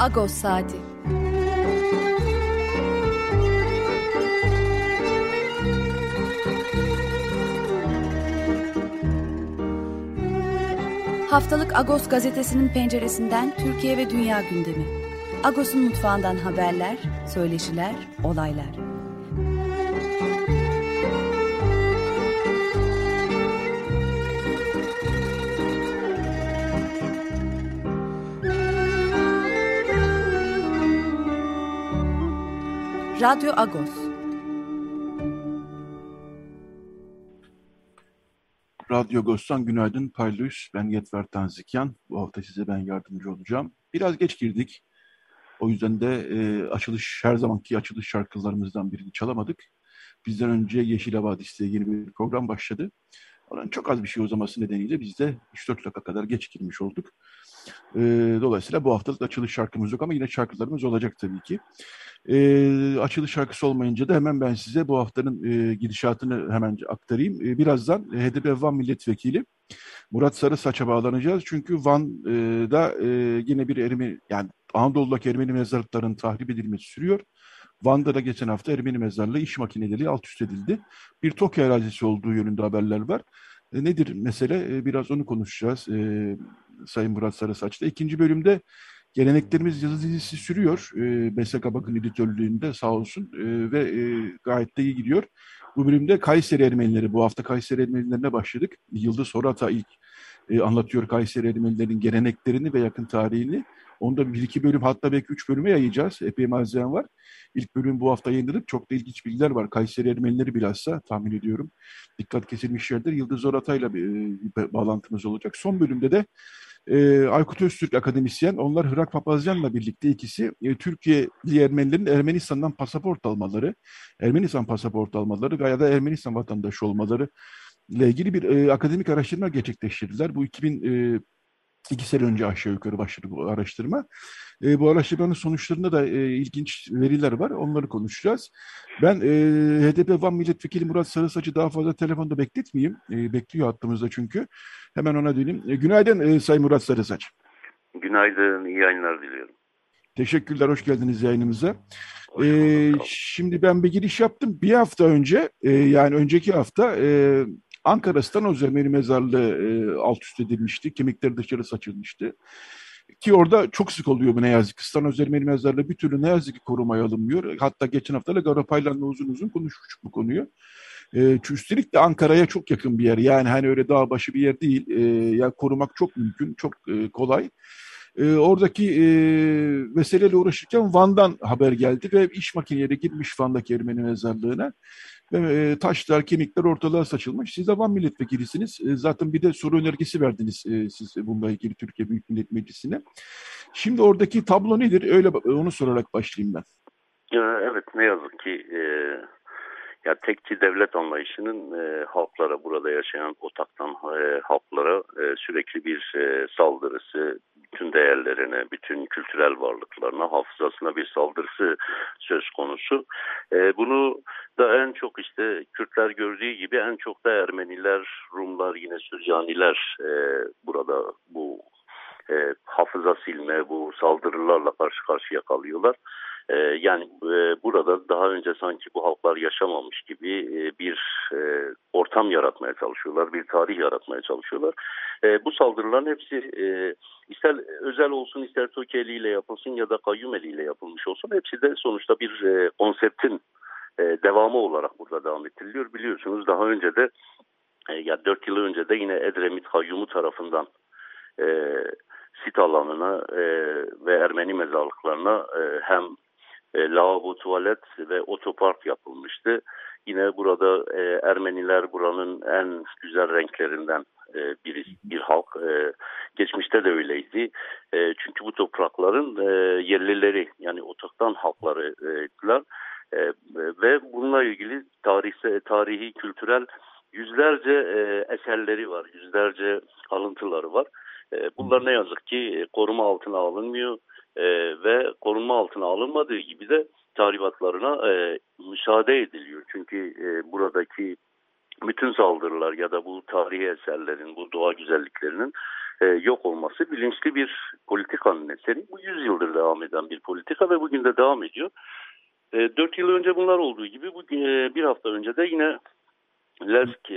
Agos Saati. Haftalık Agos gazetesinin penceresinden Türkiye ve dünya gündemi. Agos'un mutfağından haberler, söyleşiler, olaylar. Radyo Agos. Radyo Agos'tan günaydın Parlus. Ben Yetver Tanzikyan. Bu hafta size ben yardımcı olacağım. Biraz geç girdik. O yüzden de her zamanki açılış şarkılarımızdan birini çalamadık. Bizden önce Yeşil Havadis diye yeni bir program başladı. Onun çok az bir şey uzaması nedeniyle biz de 3-4 dakika kadar geç girmiş olduk. Dolayısıyla bu haftalık açılış şarkımız yok ama yine şarkılarımız olacak tabii ki. Açılış şarkısı olmayınca da hemen ben size bu haftanın gidişatını hemen aktarayım. Birazdan HDP Van Milletvekili Murat Sarısaç'a bağlanacağız. Çünkü Van'da yine bir yani Anadolu'daki Ermeni mezarlıklarının tahrip edilmesi sürüyor. Van'da da geçen hafta Ermeni mezarlığı iş makineleri alt üst edildi. Bir TOKİ arazisi olduğu yönünde haberler var. Nedir mesele? Biraz onu konuşacağız Sayın Murat Sarısaç'ta. İkinci bölümde Geleneklerimiz yazı dizisi sürüyor. BSK Bakın editörlüğünde sağ olsun ve gayet de iyi gidiyor. Bu bölümde Kayseri Ermenileri, bu hafta Kayseri Ermenilerine başladık. Yıldız Horata ilk anlatıyor Kayseri Ermenilerinin geleneklerini ve yakın tarihini. Onda bir iki bölüm, hatta belki 3 bölüme yayacağız. Epey malzeme var. İlk bölüm bu hafta yayınladık. Çok da ilginç bilgiler var. Kayseri Ermenileri bilhassa tahmin ediyorum dikkat kesilmiş yerdir. Yıldız Horata'yla bir bağlantımız olacak. Son bölümde de Aykut Öztürk akademisyen, onlar Hırak Papazyan'la birlikte ikisi Türkiye'li Ermenilerin Ermenistan'dan pasaport almaları, Ermenistan pasaportu almaları veya da Ermenistan vatandaşı olmaları ile ilgili bir akademik araştırma gerçekleştirdiler. Bu 2 sene önce aşağı yukarı başladı bu araştırma. Bu araştırmanın sonuçlarında da ilginç veriler var. Onları konuşacağız. Ben HDP Van Milletvekili Murat Sarısaç'ı daha fazla telefonda bekletmeyeyim. Bekliyor hattımızda çünkü. Hemen ona döneyim. Günaydın Sayın Murat Sarısaç. Günaydın, iyi yayınlar diliyorum. Teşekkürler, hoş geldiniz yayınımıza. Şimdi ben bir giriş yaptım. Bir hafta önce, yani önceki hafta Ankara Stanoz Ermeni Mezarlığı alt üst edilmişti. Kemikleri dışarı saçılmıştı. Ki orada çok sık oluyor bu ne yazık ki. Stanoz Ermeni Mezarlığı bir türlü ne yazık ki korumaya alınmıyor. Hatta geçen hafta da Garapaylan'la uzun uzun konuşmuştuk bu konuyu. Üstelik de Ankara'ya çok yakın bir yer. Yani hani öyle dağ başı bir yer değil. Yani korumak çok mümkün, çok kolay. Oradaki meseleyle uğraşırken Van'dan haber geldi ve iş makineleri girmiş Van'daki Ermeni mezarlığına. Ve taşlar, kemikler ortalığa saçılmış. Siz de Van milletvekilisiniz. Zaten bir de soru önergesi verdiniz siz bununla ilgili Türkiye Büyük Millet Meclisi'ne. Şimdi oradaki tablo nedir? Öyle onu sorarak başlayayım ben. Evet, ne yazık ki ya tekçi devlet anlayışının halklara, burada yaşayan otaktan halklara sürekli bir saldırısı, bütün değerlerine, bütün kültürel varlıklarına, hafızasına bir saldırısı söz konusu. Bunu da en çok işte Kürtler gördüğü gibi en çok da Ermeniler, Rumlar, yine Süryaniler burada bu hafıza silme, bu saldırılarla karşı karşıya kalıyorlar. Yani burada daha önce sanki bu halklar yaşamamış gibi bir ortam yaratmaya çalışıyorlar, bir tarih yaratmaya çalışıyorlar. Bu saldırıların hepsi ister özel olsun, ister TOKİ eliyle yapılsın ya da kayyum eliyle yapılmış olsun, hepsi de sonuçta bir konseptin devamı olarak burada devam ettiriliyor. Biliyorsunuz daha önce de ya 4 yıl önce de yine Edremit Kayyumu tarafından sit alanına ve Ermeni mezarlıklarına hem lavabo, tuvalet ve otopark yapılmıştı. Yine burada Ermeniler buranın en güzel renklerinden bir halk. Geçmişte de öyleydi. Çünkü bu toprakların yerlileri, yani otaktan halklarılar. Ve bununla ilgili tarihi, kültürel yüzlerce eserleri var, yüzlerce alıntıları var. Bunlar ne yazık ki koruma altına alınmıyor ve koruma altına alınmadığı gibi de tahribatlarına müsaade ediliyor. Çünkü buradaki bütün saldırılar ya da bu tarihi eserlerin, bu doğa güzelliklerinin yok olması bilinçli bir politikanın eseri. Bu 100 yıldır devam eden bir politika ve bugün de devam ediyor. 4 yıl önce bunlar olduğu gibi bugün, bir hafta önce de yine Lesk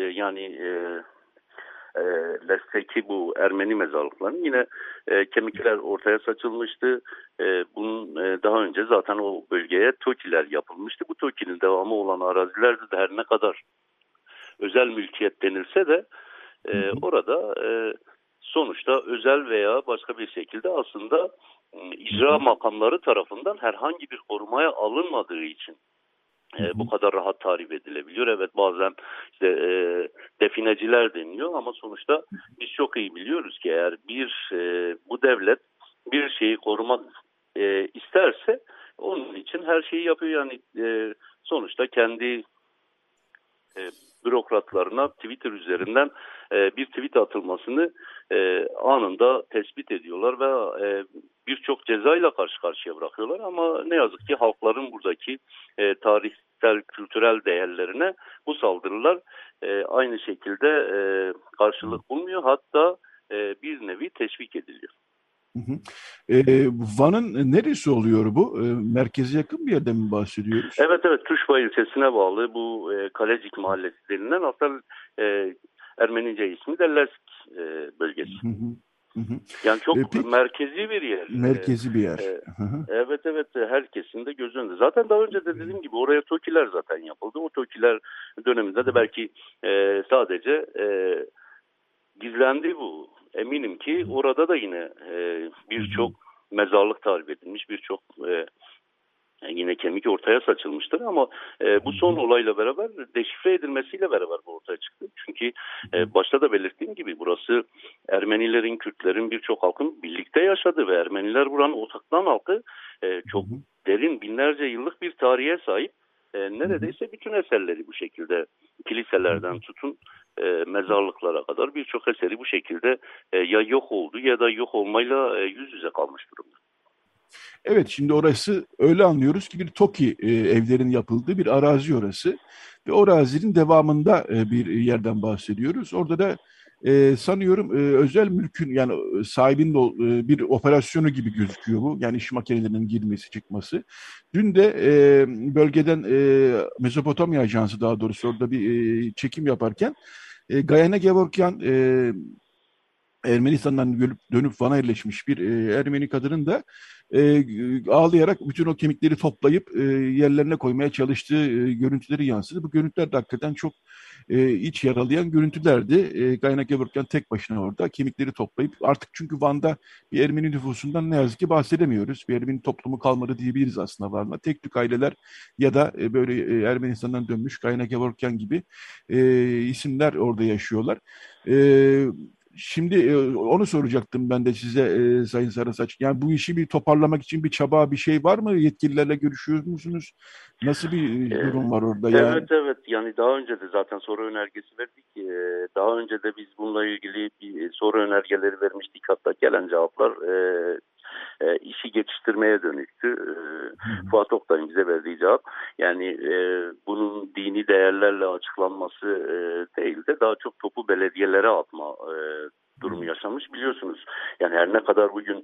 Lesk'teki bu Ermeni mezarlıklarının yine kemikler ortaya saçılmıştı. Bunun daha önce zaten o bölgeye TOKİ'ler yapılmıştı. Bu TOKİ'nin devamı olan arazilerde de her ne kadar özel mülkiyet denilse de orada sonuçta özel veya başka bir şekilde aslında icra makamları tarafından herhangi bir korumaya alınmadığı için bu kadar rahat tahrip edilebiliyor. Evet, bazen işte defineciler deniliyor ama sonuçta biz çok iyi biliyoruz ki eğer bu devlet bir şeyi korumak isterse onun için her şeyi yapıyor. Yani sonuçta kendi bürokratlarına Twitter üzerinden bir tweet atılmasını anında tespit ediyorlar ve birçok cezayla karşı karşıya bırakıyorlar. Ama ne yazık ki halkların buradaki tarihsel, kültürel değerlerine bu saldırılar aynı şekilde karşılık bulmuyor. Hatta bir nevi teşvik ediliyor. Van'ın neresi oluyor bu? Merkeze yakın bir yerden mi bahsediyoruz? Evet, Tuşba ilçesine bağlı bu Kalecik Mahallesi denilen aslında Ermenice ismi de Lesk bölgesi. Yani çok merkezi bir yer. Merkezi bir yer. Evet, herkesin de göz önünde. Zaten daha önce de dediğim gibi oraya TOKİ'ler zaten yapıldı. O TOKİ'ler döneminde de belki sadece gizlendi bu. Eminim ki orada da yine birçok mezarlık tahrip edilmiş, birçok yine kemik ortaya saçılmıştır ama bu son olayla beraber deşifre edilmesiyle beraber bu ortaya çıktı. Çünkü başta da belirttiğim gibi burası Ermenilerin, Kürtlerin, birçok halkın birlikte yaşadığı ve Ermeniler buranın otaklan halkı çok derin, binlerce yıllık bir tarihe sahip. Neredeyse bütün eserleri bu şekilde kiliselerden tutun mezarlıklara kadar birçok eseri bu şekilde ya yok oldu ya da yok olmayla yüz yüze kalmış durumda. Evet, şimdi orası öyle anlıyoruz ki bir TOKİ evlerin yapıldığı bir arazi orası ve o arazinin devamında bir yerden bahsediyoruz. Orada da sanıyorum özel mülkün yani sahibinin bir operasyonu gibi gözüküyor bu. Yani iş makinelerinin girmesi çıkması. Dün de bölgeden Mezopotamya Ajansı daha doğrusu orada bir çekim yaparken Gayane Gevorkyan Ermenistan'dan dönüp Van'a yerleşmiş bir Ermeni kadının da ağlayarak bütün o kemikleri toplayıp yerlerine koymaya çalıştığı görüntüleri yansıdı. Bu görüntüler de hakikaten çok iç yaralayan görüntülerdi. Gayna Gevorkyan tek başına orada kemikleri toplayıp artık çünkü Van'da bir Ermeni nüfusundan ne yazık ki bahsedemiyoruz. Bir Ermeni toplumu kalmadı diyebiliriz aslında Van'da. Tek tük aileler ya da böyle Ermenistan'dan dönmüş Gayna Gevorkyan gibi isimler orada yaşıyorlar. Şimdi onu soracaktım ben de size Sayın Sarasaç. Yani bu işi bir toparlamak için bir çaba, bir şey var mı? Yetkililerle görüşüyor musunuz? Nasıl bir durum var orada yani? Evet. Yani daha önce de zaten soru önergesi verdik. Daha önce de biz bununla ilgili bir soru önergeleri vermiştik. Hatta gelen cevaplar işi geçiştirmeye dönüktü. Fuat Oktay'ın bize verdiği cevap. Yani bunun dini değerlerle açıklanması değil de daha çok topu belediyelere atma durumu yaşanmış biliyorsunuz. Yani her ne kadar bugün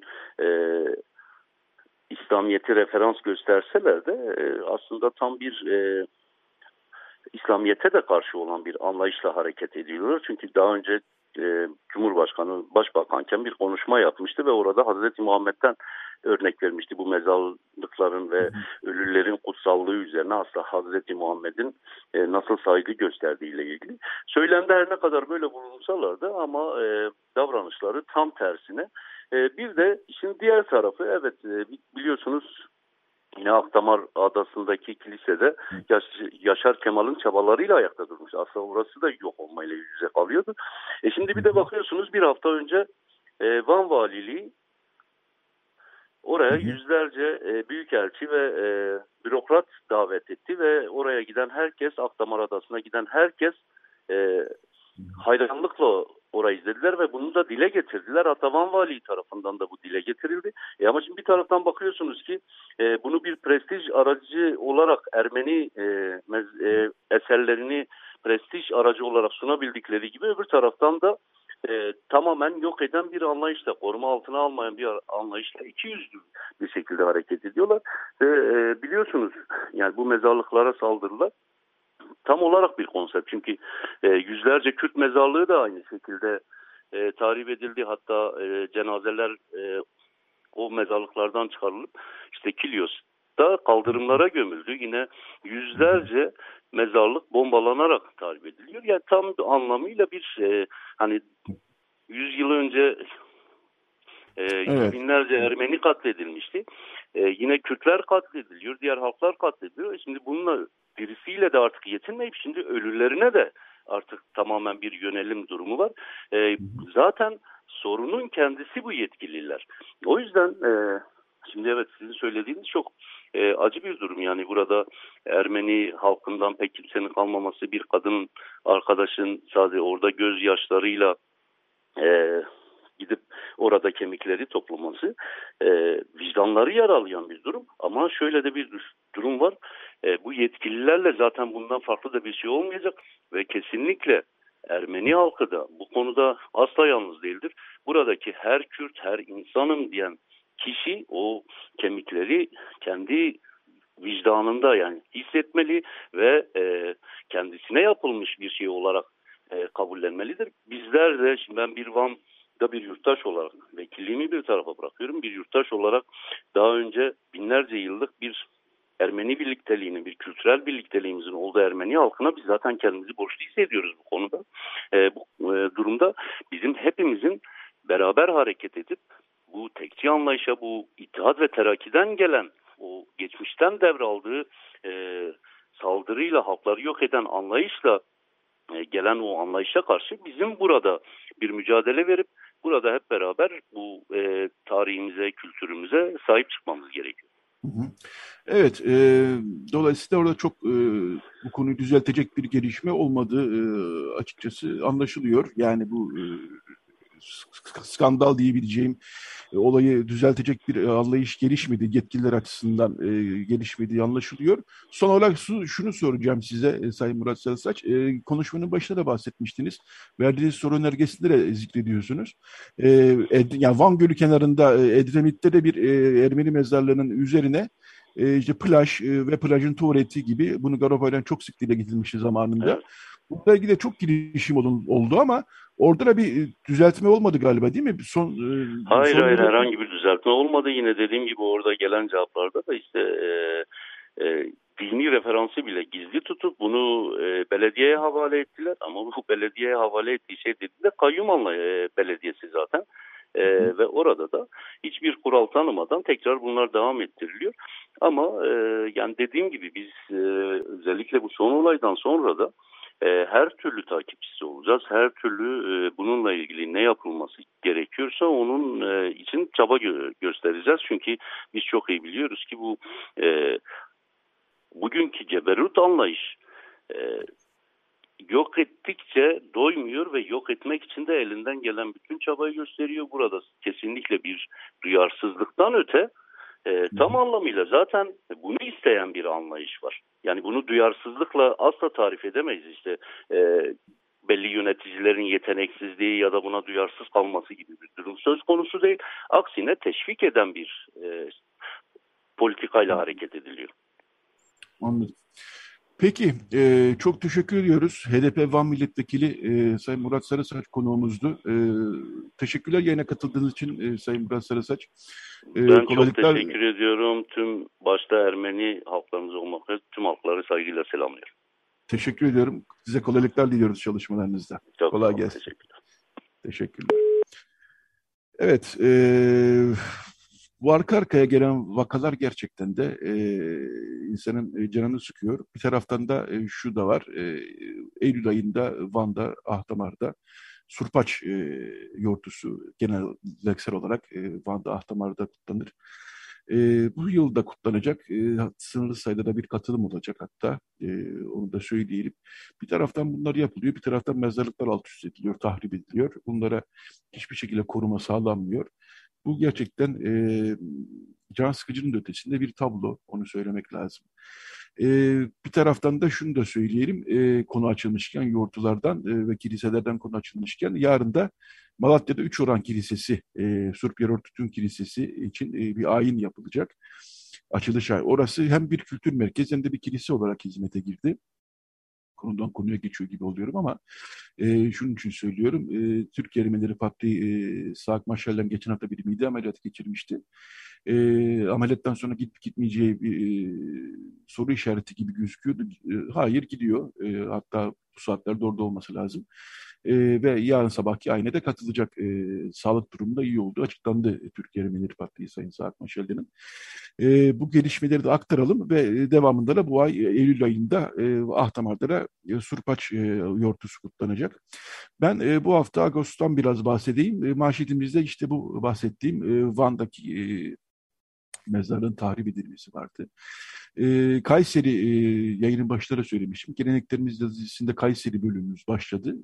İslamiyet'i referans gösterseler de aslında tam bir İslamiyet'e de karşı olan bir anlayışla hareket ediyorlar. Çünkü daha önce Cumhurbaşkanı başbakanken bir konuşma yapmıştı ve orada Hazreti Muhammed'den örnek vermişti bu mezarlıkların ve ölülerin kutsallığı üzerine aslında Hazreti Muhammed'in nasıl saygı gösterdiğiyle ilgili. Söylemde her ne kadar böyle bulunsalar da ama davranışları tam tersine. Bir de işin diğer tarafı evet biliyorsunuz yine Akdamar Adası'ndaki kilisede Yaşar Kemal'in çabalarıyla ayakta durmuş. Aslında orası da yok olmayla yüz yüze kalıyordu. Şimdi bir de bakıyorsunuz bir hafta önce Van Valiliği oraya yüzlerce büyükelçi ve bürokrat davet etti ve oraya giden herkes, Akdamar Adası'na giden herkes hayranlıkla orayı izlediler ve bunu da dile getirdiler. Hatta Van Valiliği tarafından da bu dile getirildi. Ama şimdi bir taraftan bakıyorsunuz ki bunu bir prestij aracı olarak Ermeni eserlerini prestij aracı olarak sunabildikleri gibi öbür taraftan da tamamen yok eden bir anlayışla, koruma altına almayan bir anlayışla ikiyüzlü bir şekilde hareket ediyorlar. Biliyorsunuz yani bu mezarlıklara saldırılar tam olarak bir konsept. Çünkü yüzlerce Kürt mezarlığı da aynı şekilde tahrip edildi. Hatta cenazeler o mezarlıklardan çıkarılıp işte Kilyos'ta kaldırımlara gömüldü. Yine yüzlerce mezarlık bombalanarak tahrip ediliyor. Yani tam anlamıyla bir hani 100 yıl önce Evet. binlerce Ermeni katledilmişti. Yine Kürtler katlediliyor, diğer halklar katlediliyor. Şimdi bununla birisiyle de artık yetinmeyip şimdi ölülerine de artık tamamen bir yönelim durumu var. Zaten sorunun kendisi bu yetkililer. O yüzden şimdi evet sizin söylediğiniz çok acı bir durum. Yani burada Ermeni halkından pek kimsenin kalmaması, bir kadın arkadaşın sadece orada gözyaşlarıyla gidip orada kemikleri toplaması vicdanları yaralayan bir durum. Ama şöyle de bir durum var. Bu yetkililerle zaten bundan farklı da bir şey olmayacak ve kesinlikle Ermeni halkı da bu konuda asla yalnız değildir. Buradaki her Kürt, her insanım diyen kişi o kemikleri kendi vicdanında yani hissetmeli ve kendisine yapılmış bir şey olarak kabullenmelidir. Bizler de şimdi ben bir Van'da bir yurttaş olarak vekilliğimi bir tarafa bırakıyorum. Bir yurttaş olarak daha önce binlerce yıllık bir Ermeni birlikteliğinin, bir kültürel birlikteliğimizin olduğu Ermeni halkına biz zaten kendimizi borçlu hissediyoruz bu konuda. Bu durumda bizim hepimizin beraber hareket edip bu tekçi anlayışa, bu İttihat ve Terakki'den gelen o geçmişten devraldığı saldırıyla halkları yok eden anlayışla gelen o anlayışa karşı bizim burada bir mücadele verip burada hep beraber bu tarihimize, kültürümüze sahip çıkmamız gerekiyor. Evet, dolayısıyla orada çok bu konuyu düzeltecek bir gelişme olmadığı açıkçası anlaşılıyor. Yani bu skandal diyebileceğim olayı düzeltecek bir anlayış gelişmedi, yetkililer açısından gelişmediği anlaşılıyor. Son olarak şunu soracağım size Sayın Murat Sarısaç. Konuşmanın başında da bahsetmiştiniz. Verdiğiniz soru önergesinde de zikrediyorsunuz. Yani Van Gölü kenarında Edremit'te de bir Ermeni mezarlığının üzerine işte plaj ve plajın tuvaleti gibi bunu Garopay'dan çok sık dile getirilmişti zamanında. Evet. Bununla ilgili de çok girişim oldu ama orada da bir düzeltme olmadı galiba değil mi? Hayır herhangi bir düzeltme olmadı. Yine dediğim gibi orada gelen cevaplarda da işte dini referansı bile gizli tutup bunu belediyeye havale ettiler. Ama bu belediyeye havale ettiği şey dediğinde Kayyumanlı Belediyesi zaten. Ve orada da hiçbir kural tanımadan tekrar bunlar devam ettiriliyor. Ama yani dediğim gibi biz özellikle bu son olaydan sonra da her türlü takipçisi olacağız. Her türlü bununla ilgili ne yapılması gerekiyorsa onun için çaba göstereceğiz. Çünkü biz çok iyi biliyoruz ki bu bugünkü ceberut anlayış yok ettikçe doymuyor ve yok etmek için de elinden gelen bütün çabayı gösteriyor. Burada kesinlikle bir duyarsızlıktan öte tam anlamıyla zaten bunu isteyen bir anlayış var. Yani bunu duyarsızlıkla asla tarif edemeyiz. İşte belli yöneticilerin yeteneksizliği ya da buna duyarsız kalması gibi bir durum söz konusu değil. Aksine teşvik eden bir politikayla hareket ediliyor. Anladım. Peki, çok teşekkür ediyoruz. HDP Van Milletvekili Sayın Murat Sarısaç konuğumuzdu. Teşekkürler yayına katıldığınız için Sayın Murat Sarısaç. Ben çok teşekkür ediyorum. Tüm başta Ermeni halklarımız olmak üzere tüm halkları saygıyla selamlıyorum. Teşekkür ediyorum. Size kolaylıklar diliyoruz çalışmalarınızda. Çok kolay gelsin. Teşekkürler. Teşekkürler. Evet, bu arka arkaya gelen vakalar gerçekten de insanın canını sıkıyor. Bir taraftan da şu da var. Eylül ayında Van'da, Ahtamar'da Surpaç yortusu geleneksel olarak Van'da, Ahtamar'da kutlanır. Bu yıl da kutlanacak. Sınırlı sayıda da bir katılım olacak hatta. Onu da söyleyelim. Bir taraftan bunlar yapılıyor. Bir taraftan mezarlıklar alt üst ediliyor, tahrip ediliyor. Bunlara hiçbir şekilde koruma sağlanmıyor. Bu gerçekten can sıkıcının ötesinde bir tablo, onu söylemek lazım. Bir taraftan da şunu da söyleyelim, konu açılmışken yoğurtlulardan ve kiliselerden konu açılmışken yarın da Malatya'da Üçoran Kilisesi, Surp Yerortutun Kilisesi için bir ayin yapılacak. Açılış ayini. Orası hem bir kültür merkezi hem de bir kilise olarak hizmete girdi. Konudan konuya geçiyor gibi oluyorum ama şunun için söylüyorum. Türk Ermenileri Patriği Saak Maşal'den geçen hafta bir mide ameliyatı geçirmişti. Ameliyattan sonra gidip gitmeyeceği bir soru işareti gibi gözüküyordu. Hayır, gidiyor. Hatta bu saatlerde orada olması lazım. Ve yarın sabahki aynede katılacak. Sağlık durumu da iyi olduğu açıklandı Türk Ermenileri Patriği Sayın Saak Maşal'den. Bu gelişmeleri de aktaralım ve devamında da bu ay Eylül ayında Ahtamar'da Surpaç yortusu kutlanacak. Ben bu hafta Ağustos'tan biraz bahsedeyim. Manşetimizde işte bu bahsettiğim Van'daki mezarlığın tahrip edilmesi vardı. Kayseri yayının başında da söylemiştim. Geleneklerimiz dizisinde Kayseri bölümümüz başladı.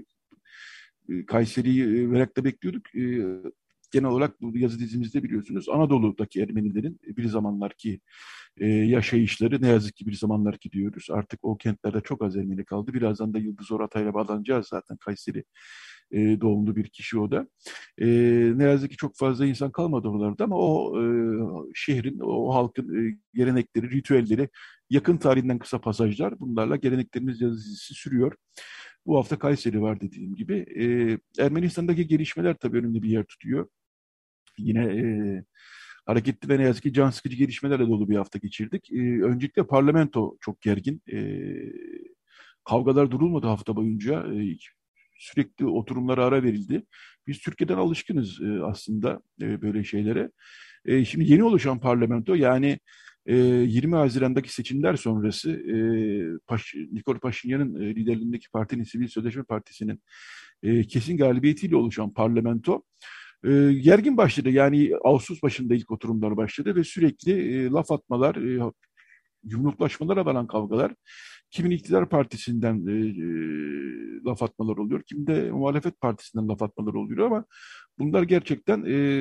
Kayseri'yi merakla bekliyorduk. Genel olarak bu yazı dizimizde biliyorsunuz Anadolu'daki Ermenilerin bir zamanlar ki yaşayışları ne yazık ki bir zamanlar ki diyoruz. Artık o kentlerde çok az Ermeni kaldı. Birazdan da Yıldız Oratay'la bağlanacağız zaten Kayseri doğumlu bir kişi o da. Ne yazık ki çok fazla insan kalmadı oralarda ama o şehrin, o halkın gelenekleri, ritüelleri, yakın tarihinden kısa pasajlar bunlarla geleneklerimiz yazısı sürüyor. Bu hafta Kayseri var dediğim gibi. Ermenistan'daki gelişmeler tabii önemli bir yer tutuyor. Yine hareketli ve ne yazık ki can sıkıcı gelişmelerle dolu bir hafta geçirdik. Öncelikle parlamento çok gergin. Kavgalar durulmadı hafta boyunca. Sürekli oturumlara ara verildi. Biz Türkiye'den alışkınız aslında böyle şeylere. Şimdi yeni oluşan parlamento yani 20 Haziran'daki seçimler sonrası Nikol Paşinyan'ın liderliğindeki partinin Sivil Sözleşme Partisi'nin kesin galibiyetiyle oluşan parlamento gergin başladı. Yani Ağustos başında ilk oturumlar başladı ve sürekli laf atmalar, yumruklaşmalara varan kavgalar. Kimin iktidar partisinden laf atmalar oluyor, kim de muhalefet partisinden laf atmalar oluyor ama bunlar gerçekten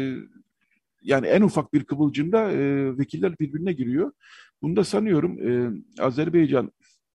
yani en ufak bir kıvılcımda vekiller birbirine giriyor. Bunda sanıyorum Azerbaycan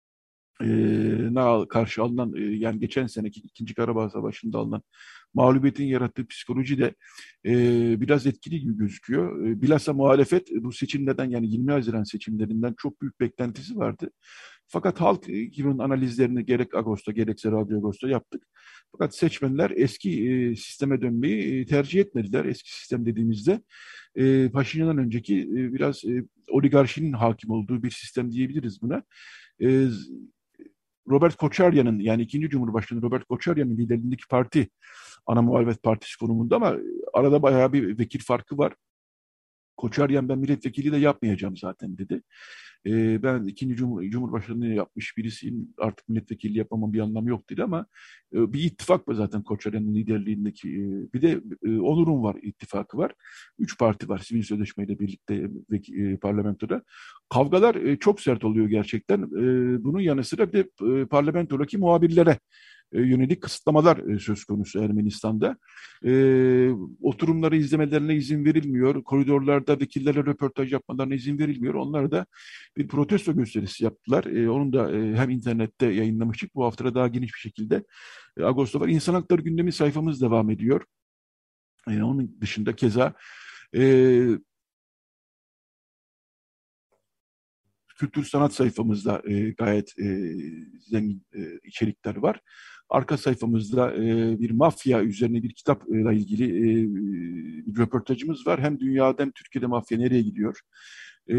karşı alınan yani geçen seneki ikinci Karabağ Savaşı'nda alınan mağlubiyetin yarattığı psikoloji de biraz etkili gibi gözüküyor. Bilhassa muhalefet bu seçimlerden yani 20 Haziran seçimlerinden çok büyük beklentisi vardı. Fakat halk gibi analizlerini gerek Ağustos'ta gerekse Radyo Ağustos'ta yaptık. Fakat seçmenler eski sisteme dönmeyi tercih etmediler. Eski sistem dediğimizde Paşinyan'dan önceki biraz oligarşinin hakim olduğu bir sistem diyebiliriz buna. E, Robert Koçaryan'ın yani ikinci Cumhurbaşkanı Robert Koçaryan'ın liderliğindeki parti ana muhalefet partisi konumunda ama arada bayağı bir vekil farkı var. Koçaryan ben milletvekili de yapmayacağım zaten dedi. Ben ikinci Cumhurbaşkanlığı yapmış birisiyim. Artık milletvekili yapmamın bir anlamı yok dedi ama bir ittifak var zaten Koçaryan'ın liderliğindeki. Bir de Onur'un var, ittifakı var. Üç parti var sivil sözleşmeyle birlikte parlamentoda. Kavgalar çok sert oluyor gerçekten. Bunun yanı sıra bir de parlamentodaki muhabirlere yönelik kısıtlamalar söz konusu Ermenistan'da. Oturumları izlemelerine izin verilmiyor. Koridorlarda vekillerle röportaj yapmalarına izin verilmiyor. Onlar da bir protesto gösterisi yaptılar. Onu da hem internette yayınlamıştık. Bu hafta daha geniş bir şekilde Ağustos var. İnsan Hakları gündemi sayfamız devam ediyor. Onun dışında keza kültür sanat sayfamızda gayet zengin içerikler var. Arka sayfamızda bir mafya üzerine bir kitapla ilgili bir röportajımız var. Hem dünyada hem Türkiye'de mafya nereye gidiyor? E,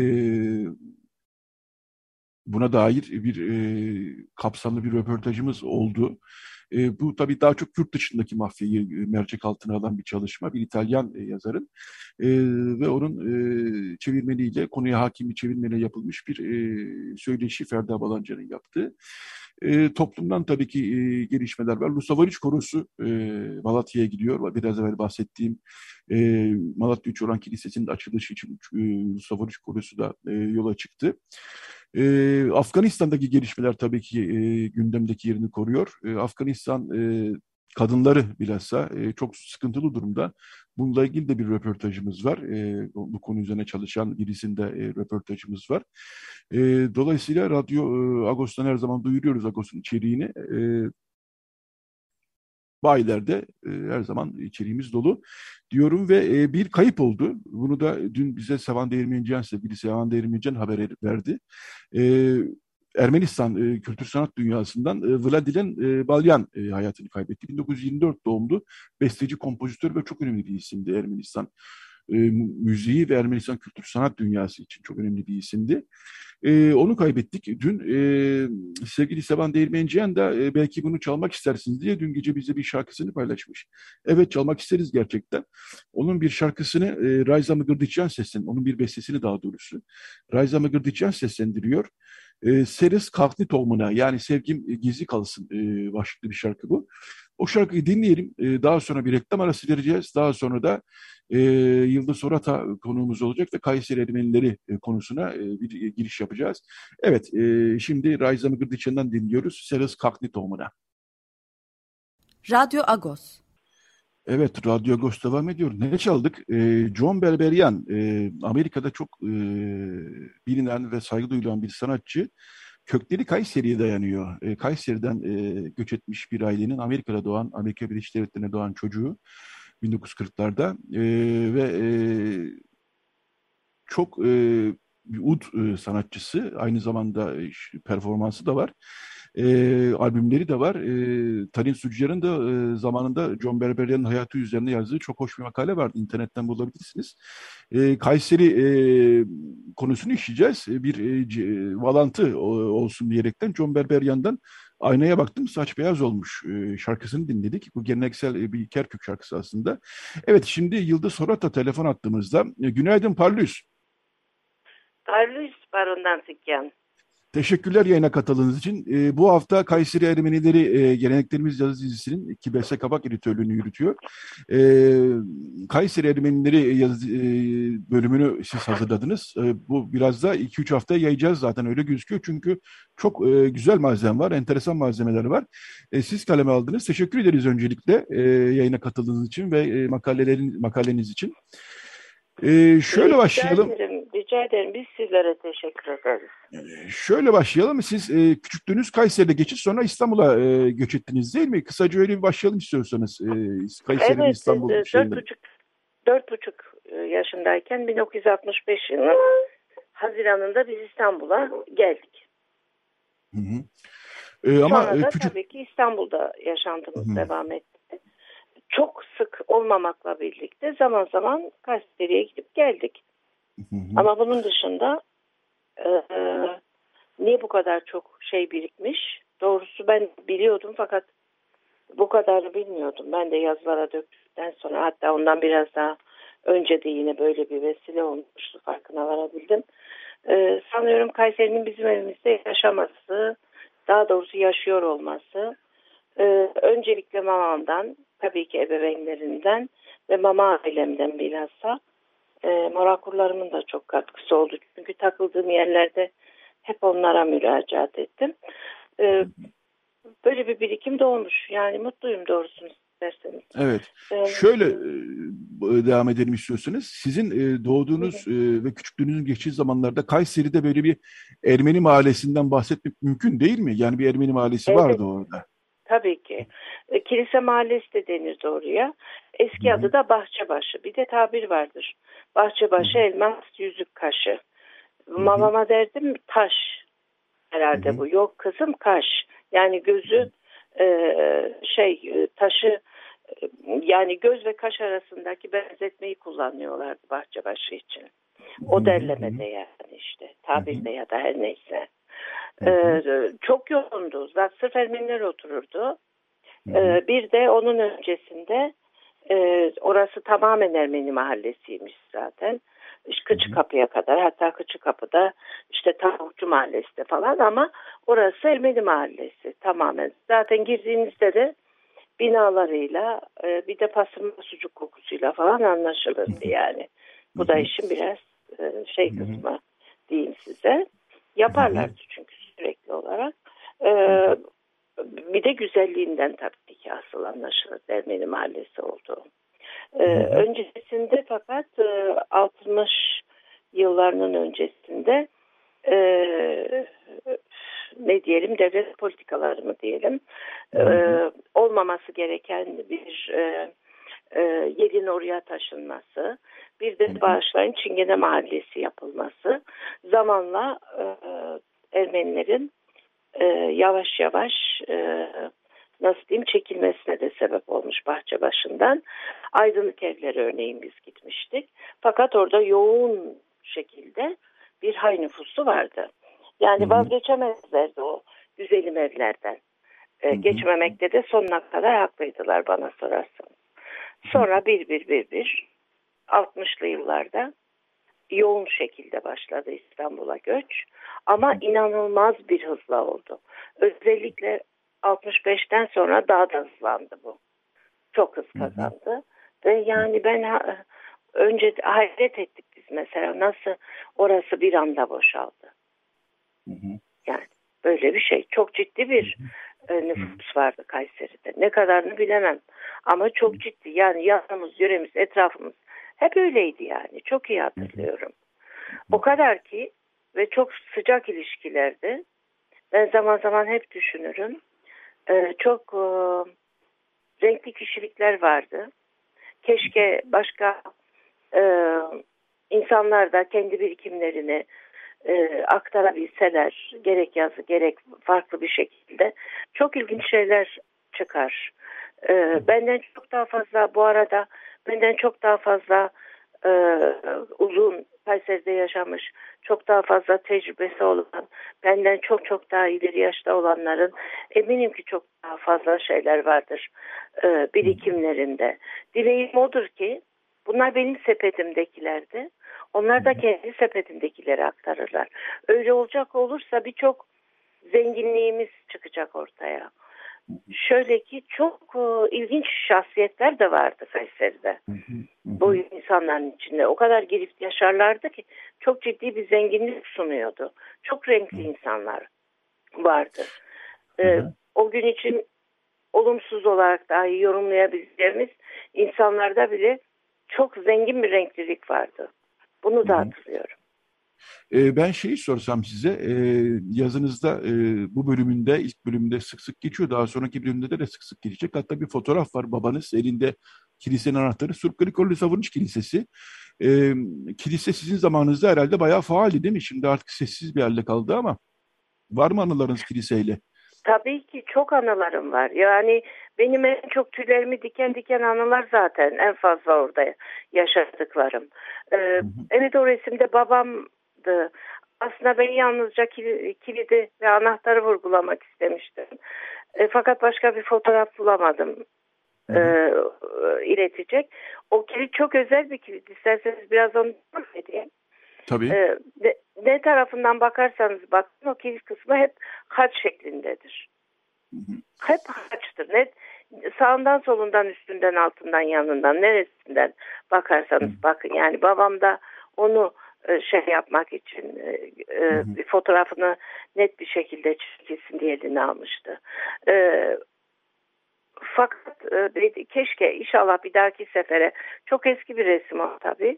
Buna dair bir kapsamlı bir röportajımız oldu. Bu tabii daha çok yurt dışındaki mafyayı mercek altına alan bir çalışma. Bir İtalyan yazarın ve onun çevirmeniyle konuya hakim bir çevirmeniyle yapılmış bir söyleşi Ferda Balanca'nın yaptığı. Toplumdan tabii ki gelişmeler var. Lusavariç Korosu Malatya'ya gidiyor. Biraz evvel bahsettiğim Malatya Üçoran Kilisesi'nin açılışı için Lusavariç Korosu da yola çıktı. Afganistan'daki gelişmeler tabii ki gündemdeki yerini koruyor. Afganistan kadınları bilhassa çok sıkıntılı durumda. Bununla ilgili de bir röportajımız var. Bu konu üzerine çalışan birisinde röportajımız var. Dolayısıyla Radyo Agos'tan her zaman duyuruyoruz Agos'un içeriğini. Bayilerde her zaman içeriğimiz dolu diyorum ve bir kayıp oldu. Bunu da dün bize Sevan Değirmenciyan sevgili Sevan Değirmenciyan haber verdi. E, Ermenistan kültür sanat dünyasından Vladilen Balyan hayatını kaybetti. 1924 doğumlu besteci, kompozitör ve çok önemli bir isimdi Ermenistan müziği ve Ermenistan kültür sanat dünyası için çok önemli bir isimdi. Onu kaybettik. Dün sevgili Sevan Değirmenciyan da belki bunu çalmak istersiniz diye dün gece bize bir şarkısını paylaşmış. Evet, çalmak isteriz gerçekten. Onun bir şarkısını Rayza Mıgırdıçyan seslendiriyor. Onun bir bestesini daha doğrusu. Rayza Mıgırdıçyan seslendiriyor. Seres Kalkni Tohumuna, yani sevgim gizli kalsın başlıklı bir şarkı bu. O şarkıyı dinleyelim. Daha sonra bir reklam arası vereceğiz. Daha sonra da Yıldız Orata konuğumuz olacak ve Kayseri Ermenileri konusuna bir giriş yapacağız. Evet, şimdi Rayza Mıgırdıçyan'dan dinliyoruz. Seres Kalkni Tohumuna. Radyo Agos. Evet, Radyo Agos devam ediyor. Ne çaldık? John Berberian, Amerika'da çok bilinen ve saygı duyulan bir sanatçı. Kökleri Kayseri'ye dayanıyor. Kayseri'den göç etmiş bir ailenin Amerika'da doğan, Amerika Birleşik Devletleri'ne doğan çocuğu 1940'larda ve çok bir ud sanatçısı, aynı zamanda performansı da var. Albümleri de var. Talin Succar'ın da zamanında John Berberian'ın hayatı üzerine yazdığı çok hoş bir makale vardı. İnternetten bulabilirsiniz. Kayseri konusunu işleyeceğiz. Bir valantı olsun diyerekten John Berberian'dan Aynaya Baktım Saç Beyaz Olmuş şarkısını dinledik. Bu geleneksel bir Kerkük şarkısı aslında. Evet, şimdi Yıldız Sorata telefon attığımızda. Günaydın Parlus. Parlus Baron Danzikyan. Teşekkürler yayına katıldığınız için. Bu hafta Kayseri Ermenileri Geleneklerimiz yazı dizisinin ki Beste Kabak editörlüğünü yürütüyor. Kayseri Ermenileri bölümünü siz hazırladınız. Bu biraz da 2-3 haftaya yayacağız zaten, öyle gözüküyor. Çünkü çok güzel malzeme var, enteresan malzemeler var. Siz kaleme aldınız. Teşekkür ederiz öncelikle yayına katıldığınız için ve makaleniz için. Şöyle başlayalım. Rica ederim. Biz sizlere teşekkür ederiz. Şöyle başlayalım. Siz küçüktüğünüz Kayseri'de geçip sonra İstanbul'a göç ettiniz değil mi? Kısaca öyle bir başlayalım istiyorsanız. Kayseri evet, İstanbul şeyinde. 4,5 yaşındayken 1965 yılının Haziran'ında biz İstanbul'a geldik. Hı hı. Ama sonra da tabii ki İstanbul'da yaşantımız devam etti. Çok sık olmamakla birlikte zaman zaman Kayseri'ye gidip geldik. Ama bunun dışında niye bu kadar çok şey birikmiş? Doğrusu ben biliyordum fakat bu kadarını bilmiyordum. Ben de yazılara döktükten sonra, hatta ondan biraz daha önce de yine böyle bir vesile olmuştu, farkına varabildim. Sanıyorum Kayseri'nin bizim evimizde yaşaması, daha doğrusu yaşıyor olması, öncelikle mamamdan, tabii ki ebeveynlerinden ve mama ailemden bilhassa morakurlarımın da çok katkısı oldu. Çünkü takıldığım yerlerde hep onlara müracaat ettim. Böyle bir birikim doğmuş. Yani mutluyum doğrusunu isterseniz. Evet. Şöyle devam edelim istiyorsanız. Sizin doğduğunuz ve küçüklüğünüzün geçtiği zamanlarda Kayseri'de böyle bir Ermeni mahallesinden bahsetmek mümkün değil mi? Yani bir Ermeni mahallesi vardı orada. Tabii ki. Kilise Mahallesi de denir oraya. Eski adı da Bahçebaşı. Bir de tabir vardır. Bahçebaşı elmas yüzük kaşı. Mamama derdim taş. Herhalde bu. Yok kızım kaş. Yani gözü taşı, yani göz ve kaş arasındaki benzetmeyi kullanıyorlardı Bahçebaşı için. O derlemede yani işte. Tabirde ya da her neyse. Çok yoğundu. Zaten sırf Ermeniler otururdu. Bir de onun öncesinde orası tamamen Ermeni mahallesiymiş zaten. Kıçıkapı'ya kadar, hatta Kıçıkapı'da işte Tavukçu Mahallesi de falan, ama orası Ermeni mahallesi tamamen. Zaten girdiğinizde de binalarıyla bir de pastırma sucuk kokusuyla falan anlaşılırdı yani. Bu da işin biraz kısmı diyeyim size. Yaparlardı çünkü sürekli olarak. Bir de güzelliğinden tabii ki asıl anlaşılır Ermeni mahallesi olduğu. Öncesinde fakat 60 yıllarının öncesinde ne diyelim, devlet politikaları mı diyelim, olmaması gereken bir yerin oraya taşınması, bir de bağışlayın Çingene Mahallesi yapılması zamanla Ermenilerin yavaş yavaş nasıl diyeyim çekilmesine de sebep olmuş Bahçebaşı'ndan. Aydınlık Evleri örneğin biz gitmiştik. Fakat orada yoğun şekilde bir hay nüfusu vardı. Yani vazgeçemezlerdi o güzelim evlerden. Geçmemekte de sonuna kadar haklıydılar bana sorarsanız. Sonra bir 60'lı yıllarda yoğun şekilde başladı İstanbul'a göç. Ama inanılmaz bir hızla oldu. Özellikle 65'ten sonra daha da hızlandı bu. Çok hız kazandı. Ve yani ben önce hayret ettik biz mesela nasıl orası bir anda boşaldı. Yani böyle bir şey. Çok ciddi bir nüfus vardı Kayseri'de. Ne kadarını bilemem. Ama çok ciddi. Yani yanımız, yöremiz, etrafımız hep öyleydi yani. Çok iyi hatırlıyorum. O kadar ki ve çok sıcak ilişkilerdi. Ben zaman zaman hep düşünürüm. Çok renkli kişilikler vardı. Keşke başka insanlar da kendi birikimlerini aktarabilseler, gerek yazı gerek farklı bir şekilde çok ilginç şeyler çıkar. Benden çok daha fazla, bu arada benden çok daha fazla uzun Kayseri'de yaşamış, çok daha fazla tecrübesi olan, benden çok daha ileri yaşta olanların eminim ki çok daha fazla şeyler vardır birikimlerinde. Dileğim odur ki bunlar benim sepetimdekilerdi. Onlar da kendi sepetindekilere aktarırlar. Öyle olacak olursa birçok zenginliğimiz çıkacak ortaya. Şöyle ki çok ilginç şahsiyetler de vardı Kayseri'de. Bu insanların içinde o kadar girip yaşarlardı ki çok ciddi bir zenginlik sunuyordu. Çok renkli insanlar vardı. O gün için olumsuz olarak dahi yorumlayabileceğimiz insanlarda bile çok zengin bir renklilik vardı. Bunu da hatırlıyorum. Ben şeyi sorsam size, yazınızda bu bölümünde, ilk bölümde sık sık geçiyor, daha sonraki bölümde de sık sık geçecek. Hatta bir fotoğraf var, babanız elinde kilisenin anahtarı, Surp Grigorlu Savunç Kilisesi. Kilise sizin zamanınızda herhalde bayağı faaldi değil mi? Şimdi artık sessiz bir halde kaldı ama var mı anılarınız kiliseyle? Tabii ki çok anılarım var. Yani benim en çok tüylerimi diken anılar zaten en fazla orada yaşadıklarım. Evet, o resimde babamdı. Aslında ben yalnızca kilidi ve anahtarı vurgulamak istemiştim. Fakat başka bir fotoğraf bulamadım iletecek. O kilit çok özel bir kilit. İsterseniz biraz onu bahsedeyim. Tabii. Ne tarafından bakarsanız bakın o kilit kısmı hep haç şeklindedir. Hep haçtır. Sağından solundan üstünden altından yanından neresinden bakarsanız bakın. Yani babam da onu şey yapmak için bir fotoğrafını net bir şekilde çekilsin diye eline almıştı. Fakat keşke inşallah bir dahaki sefere, çok eski bir resim o tabii.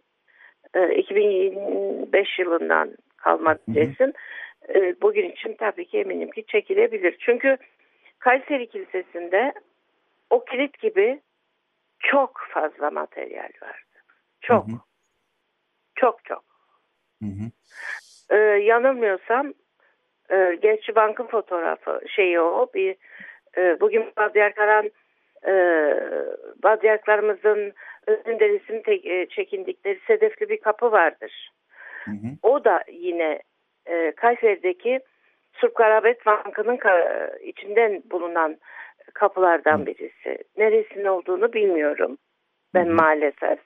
2005 yılından kalma bir resim. Bugün için tabii ki eminim ki çekilebilir. Çünkü Kayseri Kilisesi'nde o kilit gibi çok fazla materyal vardı. Çok. Çok. Yanılmıyorsam gerçi bankın fotoğrafı o bugün Badyarklarımızın önünde resim çekindikleri sedefli bir kapı vardır. O da yine Kayseri'deki Surp Garabet Bankı'nın içinden bulunan kapılardan birisi. Neresinin olduğunu bilmiyorum ben maalesef.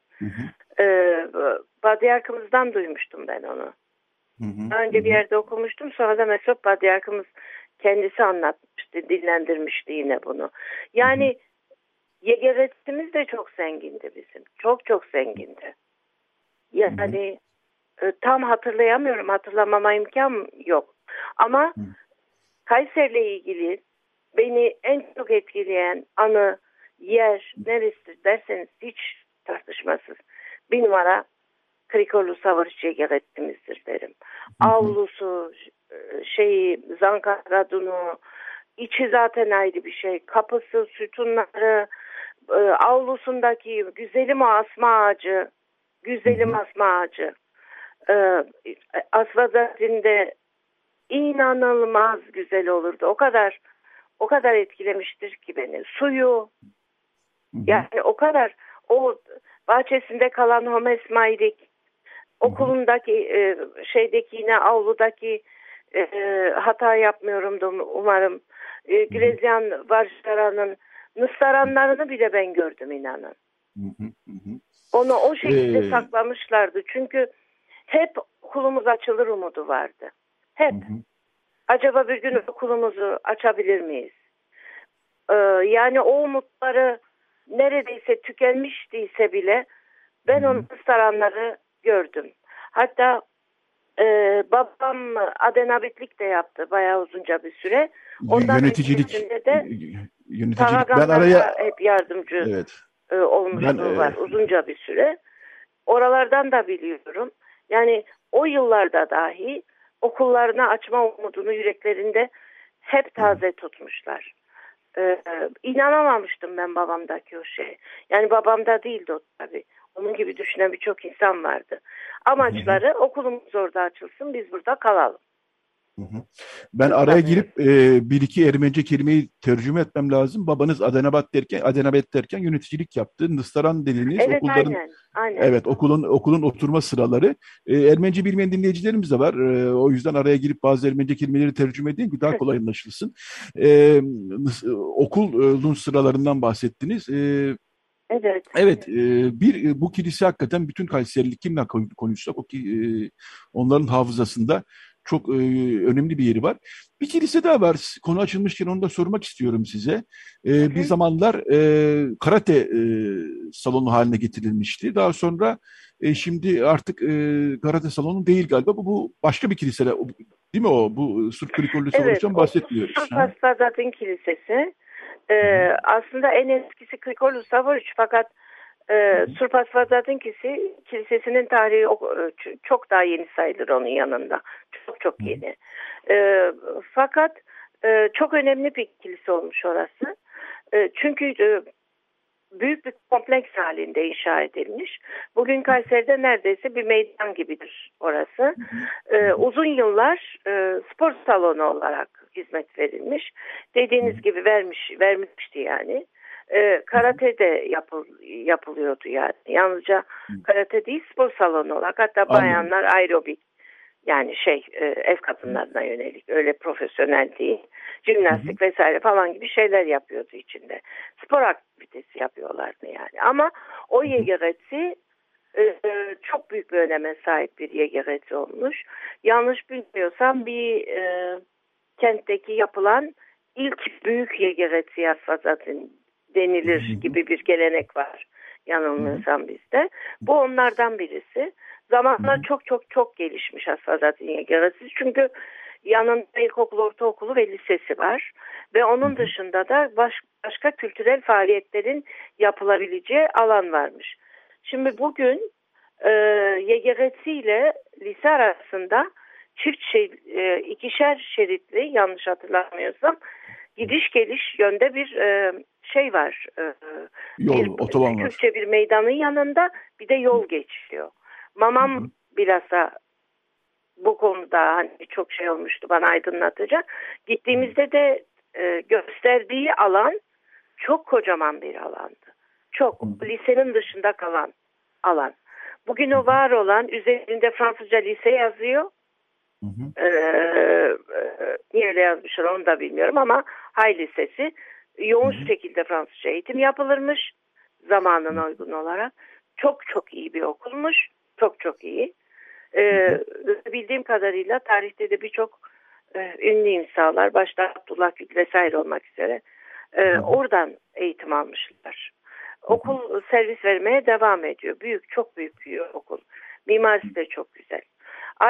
Badyarkımızdan duymuştum ben onu. Önce bir yerde okumuştum, sonra da Mesut Badyarkımız kendisi anlatmıştı, dillendirmişti yine bunu. Yani yegeretimiz de çok zengindi bizim. Çok zengindi. Yani tam hatırlayamıyorum, hatırlamama imkan yok. Ama Kayseri'yle ilgili beni en çok etkileyen anı, yer neresidir derseniz hiç tartışmasız. Bir numara Krikorlu Savaş Cegerettimizdir derim. Avlusu, Zanka Radunu, içi zaten ayrı bir şey. Kapısı, sütunları, avlusundaki güzelim asma ağacı, asma ağacı. Asfadettin'de inanılmaz güzel olurdu. O kadar etkilemiştir ki beni. Suyu, yani o kadar, o bahçesinde kalan Homes Mayrik, okulundaki yine avludaki hata yapmıyorumdur umarım. Grezyan Varşaran'ın nıstaranlarını bile ben gördüm, inanın. Onu o şekilde saklamışlardı. Çünkü hep okulumuz açılır umudu vardı. Hep. Acaba bir gün okulumuzu açabilir miyiz? Yani o umutları neredeyse tükenmiştiyse bile ben onun nıstaranları gördüm. Hatta babam adenabitlik de yaptı bayağı uzunca bir süre. Ondan Yöneticilik ben araya hep yardımcı olmuşluğu var uzunca bir süre. Oralardan da biliyorum. Yani o yıllarda dahi okullarını açma umudunu yüreklerinde hep taze tutmuşlar. İnanamamıştım ben babamdaki o şeye. Yani babamda değildi o tabii. Onun gibi düşünen birçok insan vardı. Amaçları okulumuz orada açılsın, biz burada kalalım. Ben araya girip bir iki Ermenice kelimeyi tercüme etmem lazım. Babanız Adenabet derken yöneticilik yaptı. Nıstaran dediğiniz okulların, aynen. Evet, okulun oturma sıraları. Ermenice bilmeyen dinleyicilerimiz de var. O yüzden araya girip bazı Ermenice kelimeleri tercüme edeyim ki daha kolay anlaşılsın. Okulun sıralarından bahsettiniz. Evet. Evet, bu kilise hakikaten bütün Kayserili kimle konuşsak onların hafızasında çok önemli bir yeri var. Bir kilise daha var. Konu açılmışken onu da sormak istiyorum size. Bir zamanlar karate salonu haline getirilmişti. Daha sonra şimdi artık karate salonu değil galiba. Bu başka bir kilise, değil mi o? Bu Sırp Krikorlu Savaş'tan bahsetmiyoruz. Sırp Asfadettin Kilisesi. Aslında en eskisi Krikorlu Savaş, fakat Sırp Asfadettin Kilisesi'nin tarihi çok daha yeni sayılır onun yanında. Çok yeni. Fakat çok önemli bir kilise olmuş orası. Çünkü büyük bir kompleks halinde inşa edilmiş. Bugün Kayseri'de neredeyse bir meydan gibidir orası. Uzun yıllar spor salonu olarak hizmet verilmiş. Dediğiniz gibi vermişti yani. Karate de yapılıyordu yani. Yalnızca karate değil, spor salonu olarak. Hatta bayanlar aerobik, yani ev kadınlarına yönelik, öyle profesyonel değil. Jimnastik vesaire falan gibi şeyler yapıyordu içinde. Spor aktivitesi yapıyorlardı yani. Ama o YGRT çok büyük bir öneme sahip bir YGRT olmuş. Yanlış bilmiyorsam bir kentteki yapılan ilk büyük YGRT zaten denilir gibi bir gelenek var. Yanılmıyorsam bizde. Bu onlardan birisi. Zamanla çok gelişmiş Asfadettin YGRT'si. Çünkü yanında ilkokul, ortaokulu ve lisesi var. Ve onun dışında da başka kültürel faaliyetlerin yapılabileceği alan varmış. Şimdi bugün YGRT ile lise arasında ikişer şeritli, yanlış hatırlamıyorsam, gidiş geliş yönde bir var. Otoban var. Kürtçe bir meydanın yanında bir de yol geçiyor. Mamam bilhassa bu konuda hani çok olmuştu, bana aydınlatacak. Gittiğimizde de gösterdiği alan çok kocaman bir alandı. Çok. Lisenin dışında kalan alan. Bugün o var olan, üzerinde Fransızca lise yazıyor. Niye öyle yazmışlar onu da bilmiyorum ama Hay Lisesi. Yoğun şekilde Fransızca eğitim yapılırmış zamanına uygun olarak. Çok iyi bir okulmuş. Çok iyi. Bildiğim kadarıyla tarihte de birçok ünlü imzalar, başta Abdullah Gül vesaire olmak üzere oradan eğitim almışlar. Okul servis vermeye devam ediyor. Çok büyük bir okul. Mimarisi de çok güzel.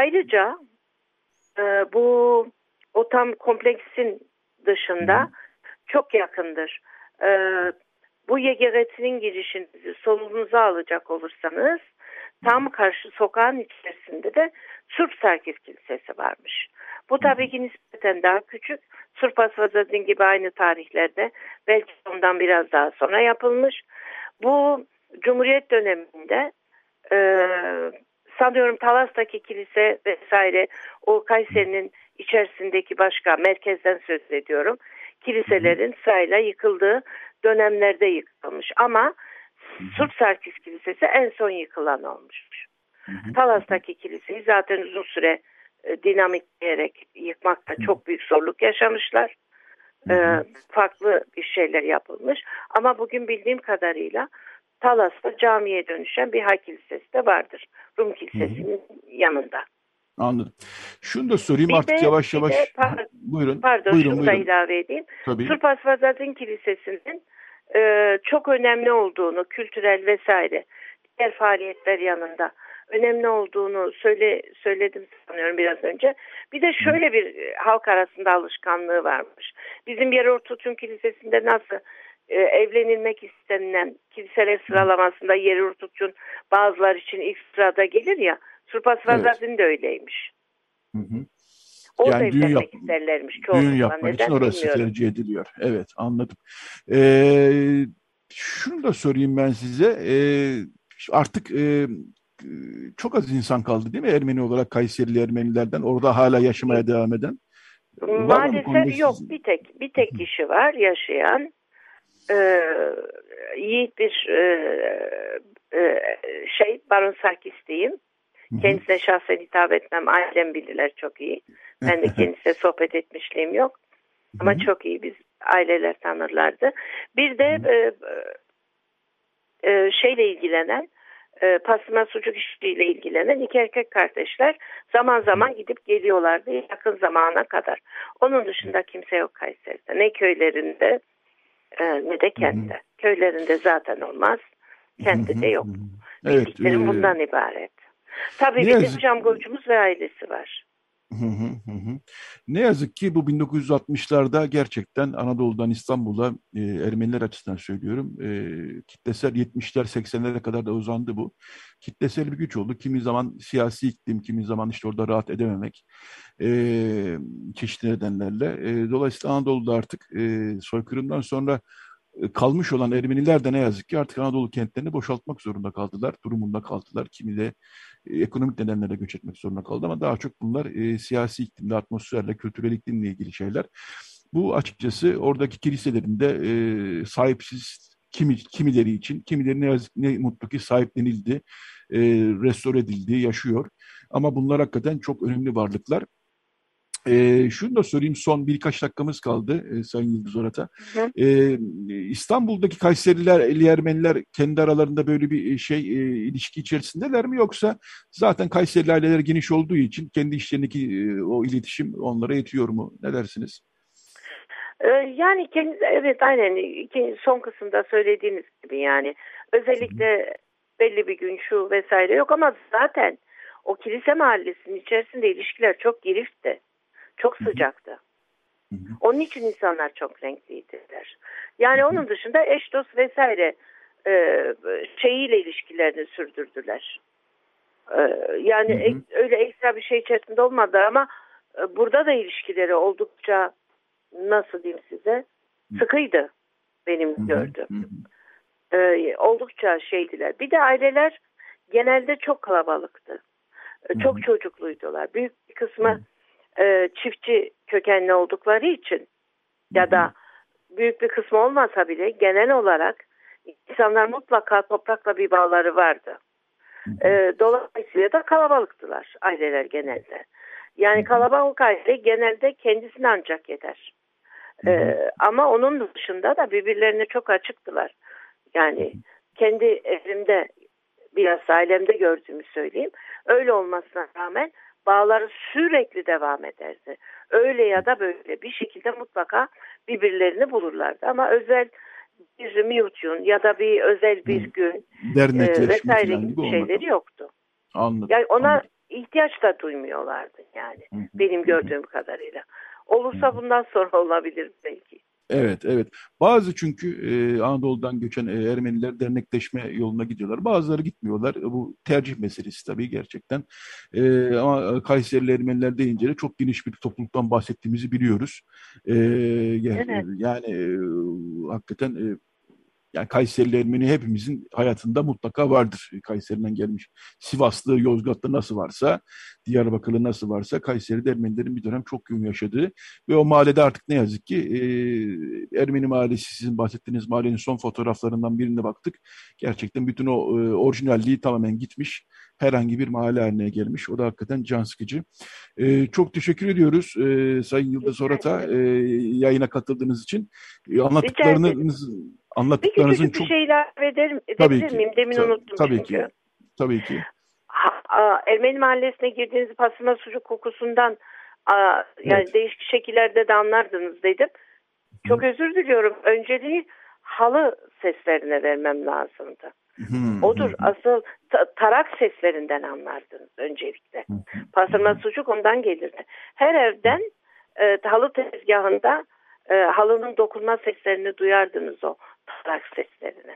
Ayrıca o tam kompleksin dışında çok yakındır. Bu YGRT'nin girişinizi solunuza alacak olursanız tam karşı sokağın içerisinde de Surp Sarkis Kilisesi varmış. Bu tabii ki nispeten daha küçük. Surp Asvazadin gibi aynı tarihlerde, belki ondan biraz daha sonra yapılmış. Bu Cumhuriyet döneminde sanıyorum Talas'taki kilise vesaire, o Kayseri'nin içerisindeki başka merkezden söz ediyorum. Kiliselerin sırayla yıkıldığı dönemlerde yıkılmış. Ama Surp Sarkis Kilisesi en son yıkılan olmuş. Talas'taki kiliseyi zaten uzun süre dinamitleyerek yıkmakta çok büyük zorluk yaşamışlar. Farklı bir şeyler yapılmış. Ama bugün bildiğim kadarıyla Talas'ta camiye dönüşen bir kilisesi de vardır. Rum Kilisesi'nin yanında. Anladım. Şunu da sorayım artık yavaş yavaş. Buyurun. Şunu da ilave edeyim. Tabii. Surp Asvazadin Kilisesi'nin çok önemli olduğunu, kültürel vesaire diğer faaliyetler yanında önemli olduğunu söyledim sanıyorum biraz önce. Bir de şöyle bir halk arasında alışkanlığı varmış. Bizim Yerorta Türk Kilisesi'nde nasıl evlenilmek istenilen kiliseler sıralamasında Yerorta Türk'ün bazıları için ilk sırada gelir ya, Surp Asvazadin de öyleymiş. O da evlenmek isterlermiş. Düğün yapmak için orası tercih ediliyor. Evet, anladım. Şunu da sorayım ben size. Artık çok az insan kaldı değil mi Ermeni olarak, Kayserili Ermenilerden orada hala yaşamaya devam eden? Maalesef yok. Bir tek kişi var yaşayan. Yiğit bir Baron Sarkis diyeyim. Kendisine şahsen hitap etmem. Ailem bilirler çok iyi. Ben de kendisiyle sohbet etmişliğim yok. Ama çok iyi, biz aileler tanırlardı. Bir de şeyle ilgilenen, pastırma sucuk işiyle ilgilenen iki erkek kardeşler zaman zaman gidip geliyorlardı yakın zamana kadar. Onun dışında kimse yok Kayseri'de. Ne köylerinde ne de kentte. Köylerinde zaten olmaz. Kentte de yok. Bildiklerim bundan ibaret. Tabii bizim Camgolcumuz ve ailesi var. Ne yazık ki bu 1960'larda gerçekten Anadolu'dan İstanbul'a Ermeniler açısından söylüyorum kitlesel 70'ler 80'lere kadar da uzandı bu. Kitlesel bir güç oldu. Kimi zaman siyasi iklim, kimi zaman işte orada rahat edememek çeşitli nedenlerle. Dolayısıyla Anadolu'da artık soykırımdan sonra kalmış olan Ermeniler de ne yazık ki artık Anadolu kentlerini boşaltmak zorunda kaldılar, durumunda kaldılar. Kimi de ekonomik nedenlerle göç etmek zorunda kaldı ama daha çok bunlar siyasi iklimle, atmosferle, kültürel iklimle ilgili şeyler. Bu açıkçası oradaki kiliselerin de sahipsiz kimileri için, kimileri ne yazık ne mutlu ki sahiplenildi, restore edildi, yaşıyor. Ama bunlar hakikaten çok önemli varlıklar. Şunu da sorayım, son birkaç dakikamız kaldı Sayın Yıldız Orat'a. İstanbul'daki Kayserililer, Ermeniler kendi aralarında böyle bir ilişki içerisindeler mi, yoksa zaten Kayserili aileler geniş olduğu için kendi işlerindeki o iletişim onlara yetiyor mu? Ne dersiniz? Yani evet, aynen son kısımda söylediğiniz gibi, yani özellikle belli bir gün şu vesaire yok ama zaten o kilise mahallesinin içerisinde ilişkiler çok girifti. Çok sıcaktı. Onun için insanlar çok renkliydiler. Yani onun dışında eş dost vesaire şeyiyle ilişkilerini sürdürdüler. Yani öyle ekstra bir şey içerisinde olmadı ama burada da ilişkileri oldukça, nasıl diyeyim size, sıkıydı benim gördüğüm. Oldukça şeydiler. Bir de aileler genelde çok kalabalıktı. Çok çocukluydular. Büyük bir kısmı çiftçi kökenli oldukları için ya da büyük bir kısmı olmasa bile genel olarak insanlar mutlaka toprakla bir bağları vardı. Dolayısıyla da kalabalıktılar aileler genelde. Yani kalabalık aile genelde kendisine ancak yeter. Ama onun dışında da birbirlerine çok açıktılar. Yani kendi evimde, biraz ailemde gördüğümü söyleyeyim. Öyle olmasına rağmen bağları sürekli devam ederdi. Öyle ya da böyle bir şekilde mutlaka birbirlerini bulurlardı. Ama özel bir miutyun ya da bir özel bir gün vesaire gibi şeyleri yoktu. Anladım. Yani ona ihtiyaç da duymuyorlardı yani benim gördüğüm kadarıyla. Olursa bundan sonra olabilir belki. Evet, evet. Bazı çünkü Anadolu'dan göçen Ermeniler dernekleşme yoluna gidiyorlar. Bazıları gitmiyorlar. Bu tercih meselesi tabii gerçekten. Ama Kayserili Ermeniler deyince de çok geniş bir topluluktan bahsettiğimizi biliyoruz. Evet. Yani hakikaten yani Kayserili Ermeni hepimizin hayatında mutlaka vardır. Kayseri'den gelmiş. Sivaslı, Yozgatlı nasıl varsa, Diyarbakırlı nasıl varsa Kayseri'de Ermenilerin bir dönem çok yoğun yaşadığı ve o mahallede artık ne yazık ki Ermeni mahallesi, sizin bahsettiğiniz mahallenin son fotoğraflarından birine baktık. Gerçekten bütün o orijinalliği tamamen gitmiş. Herhangi bir mahalle haline gelmiş. O da hakikaten can sıkıcı. Çok teşekkür ediyoruz Sayın Yıldız Rica Orat'a ederim. yayına katıldığınız için. Rica ederim. Bir Anlattıklarınızın küçücük bir çok şey ilave tabii edebilir ki miyim? Demin unuttum tabii ki çünkü. tabii ki. Ermeni mahallesine girdiğiniz pastırma sucuk kokusundan yani Evet. değişik şekillerde de anlardınız dedim. Çok özür diliyorum. Önceliği halı seslerine vermem lazımdı. Odur asıl tarak seslerinden anlardınız öncelikle. Pastırma sucuk ondan gelirdi. Her evden halı tezgahında halının dokunma seslerini duyardınız, o tarak seslerini.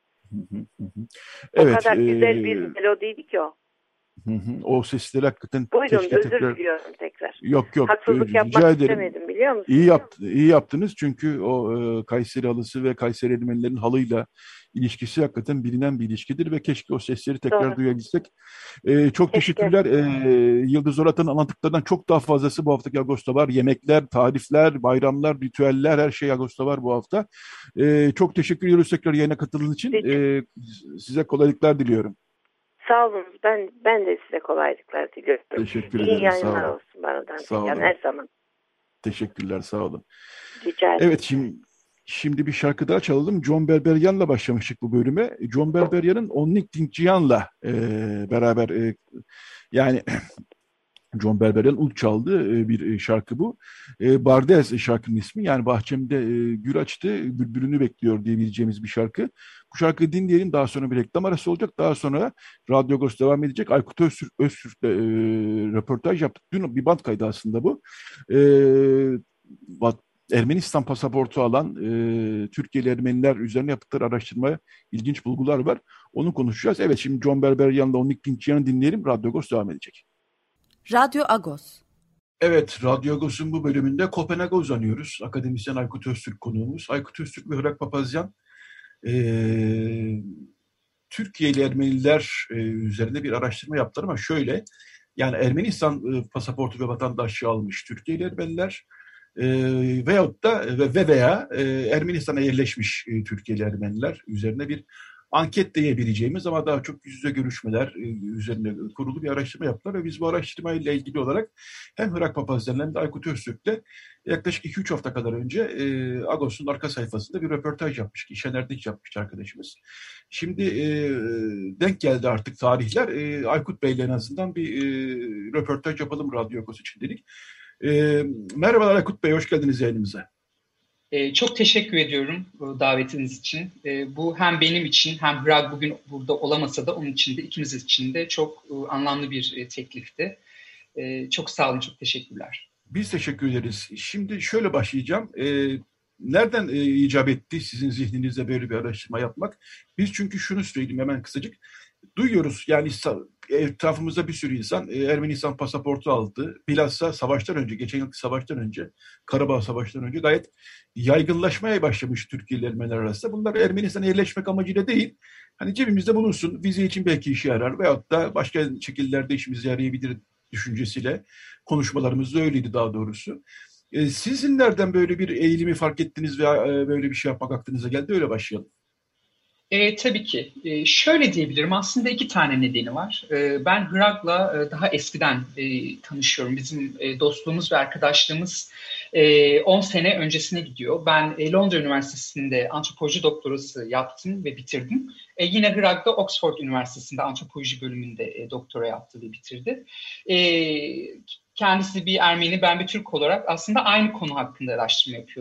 O Evet. kadar güzel bir melodiydi ki o. O sesleri hakikaten Buyurun, keşke özür tekrar. diliyorum tekrar. Yok yok, Haksızlık rica yapmak ederim. istemedim, biliyor İyi musunuz? iyi yaptınız çünkü o Kayseri halısı ve Kayseri Ermenilerin halıyla ilişkisi hakikaten bilinen bir ilişkidir ve keşke o sesleri tekrar Doğru. duyabilsek. Çok Keşke. teşekkürler. Yıldız Orat'ın anlattıklarından çok daha fazlası bu haftaki Ağustos'ta var. Yemekler, tarifler, bayramlar, ritüeller, her şey Ağustos'ta var bu hafta. Çok teşekkür ediyoruz tekrar yayına katıldığınız için. Size kolaylıklar diliyorum. Sağ olun. Ben de size kolaylıklar diliyorum. Teşekkür İyi ederim. Sağ yayınlar olun. olsun bana Sağ Zekan, olun. her zaman. Teşekkürler. Sağ olun. Rica ederim. Evet, şimdi bir şarkı daha çalalım. John Berberyan'la başlamıştık bu bölüme. John Berberyan'ın Onnik Dinkjian'la beraber yani John Berberyan ulk çaldığı bir şarkı bu. Bardez şarkının ismi. Yani bahçemde gül açtı, bülbülünü bekliyor diyebileceğimiz bir şarkı. Bu şarkıyı dinleyelim. Daha sonra bir reklam arası olacak. Daha sonra Radyo Agos devam edecek. Aykut Öztürk'le röportaj yaptık. Dün bir band kaydı aslında bu. E, Ermenistan pasaportu alan Türkiye'li Ermeniler üzerine yaptıkları araştırmaya ilginç bulgular var. Onu konuşacağız. Evet, şimdi John Berberyan'la Onnik Dinkjian'ı dinleyelim. Radyo Agos devam edecek. Radyo Agos. Evet, Radyo Agos'un bu bölümünde Kopenhag'a uzanıyoruz. Akademisyen Aykut Öztürk konuğumuz. Aykut Öztürk ve Hırak Papazyan Türkiye'li Ermeniler üzerinde bir araştırma yaptılar ama şöyle, yani Ermenistan pasaportu ve vatandaşlığı almış Türkiye'li Ermeniler veyahut da veya Ermenistan'a yerleşmiş Türkiye'li Ermeniler üzerine bir anket diyebileceğimiz ama daha çok yüz yüze görüşmeler üzerine kurulu bir araştırma yaptılar ve biz bu araştırmayla ilgili olarak hem Hırak Papazyan'la hem de Aykut Öztürk'le yaklaşık 2-3 hafta kadar önce Agos'un arka sayfasında bir röportaj yapmıştık. İşener Dinç yapmıştı arkadaşımız. Şimdi denk geldi artık tarihler. Aykut Bey'le en azından bir röportaj yapalım Radyo Agos için dedik. Merhabalar Aykut Bey, hoş geldiniz yayınımıza. Çok teşekkür ediyorum davetiniz için. Bu hem benim için hem Hırak bugün burada olamasa da onun için de ikimiz için de çok anlamlı bir teklifti. Çok sağ olun, çok teşekkürler. Biz teşekkür ederiz. Şimdi şöyle başlayacağım. Nereden icap etti sizin zihninizde böyle bir araştırma yapmak? Biz çünkü şunu söyleyeyim hemen kısacık. Duyuyoruz yani etrafımızda bir sürü insan Ermenistan pasaportu aldı. Bilhassa savaştan önce, geçen yılki savaştan önce, Karabağ Savaşı'ndan önce gayet yaygınlaşmaya başlamış Türkiye'li Ermeniler arasında. Bunlar Ermenistan'a yerleşmek amacıyla değil, hani cebimizde bulunsun, vize için belki işe yarar veyahut da başka şekillerde işimize yarayabilir düşüncesiyle konuşmalarımız da öyleydi daha doğrusu. Sizin nereden böyle bir eğilimi fark ettiniz ve böyle bir şey yapmak aklınıza geldi? Öyle başlayalım. Tabii ki. Şöyle diyebilirim. Aslında iki tane nedeni var. Ben Hırak'la daha eskiden tanışıyorum. Bizim dostluğumuz ve arkadaşlığımız 10 sene öncesine gidiyor. Ben Londra Üniversitesi'nde antropoloji doktorası yaptım ve bitirdim. Yine Hırak'ta Oxford Üniversitesi'nde antropoloji bölümünde doktora yaptı ve bitirdi. Kendisi bir Ermeni, ben bir Türk olarak aslında aynı konu hakkında araştırma yapıyorduk.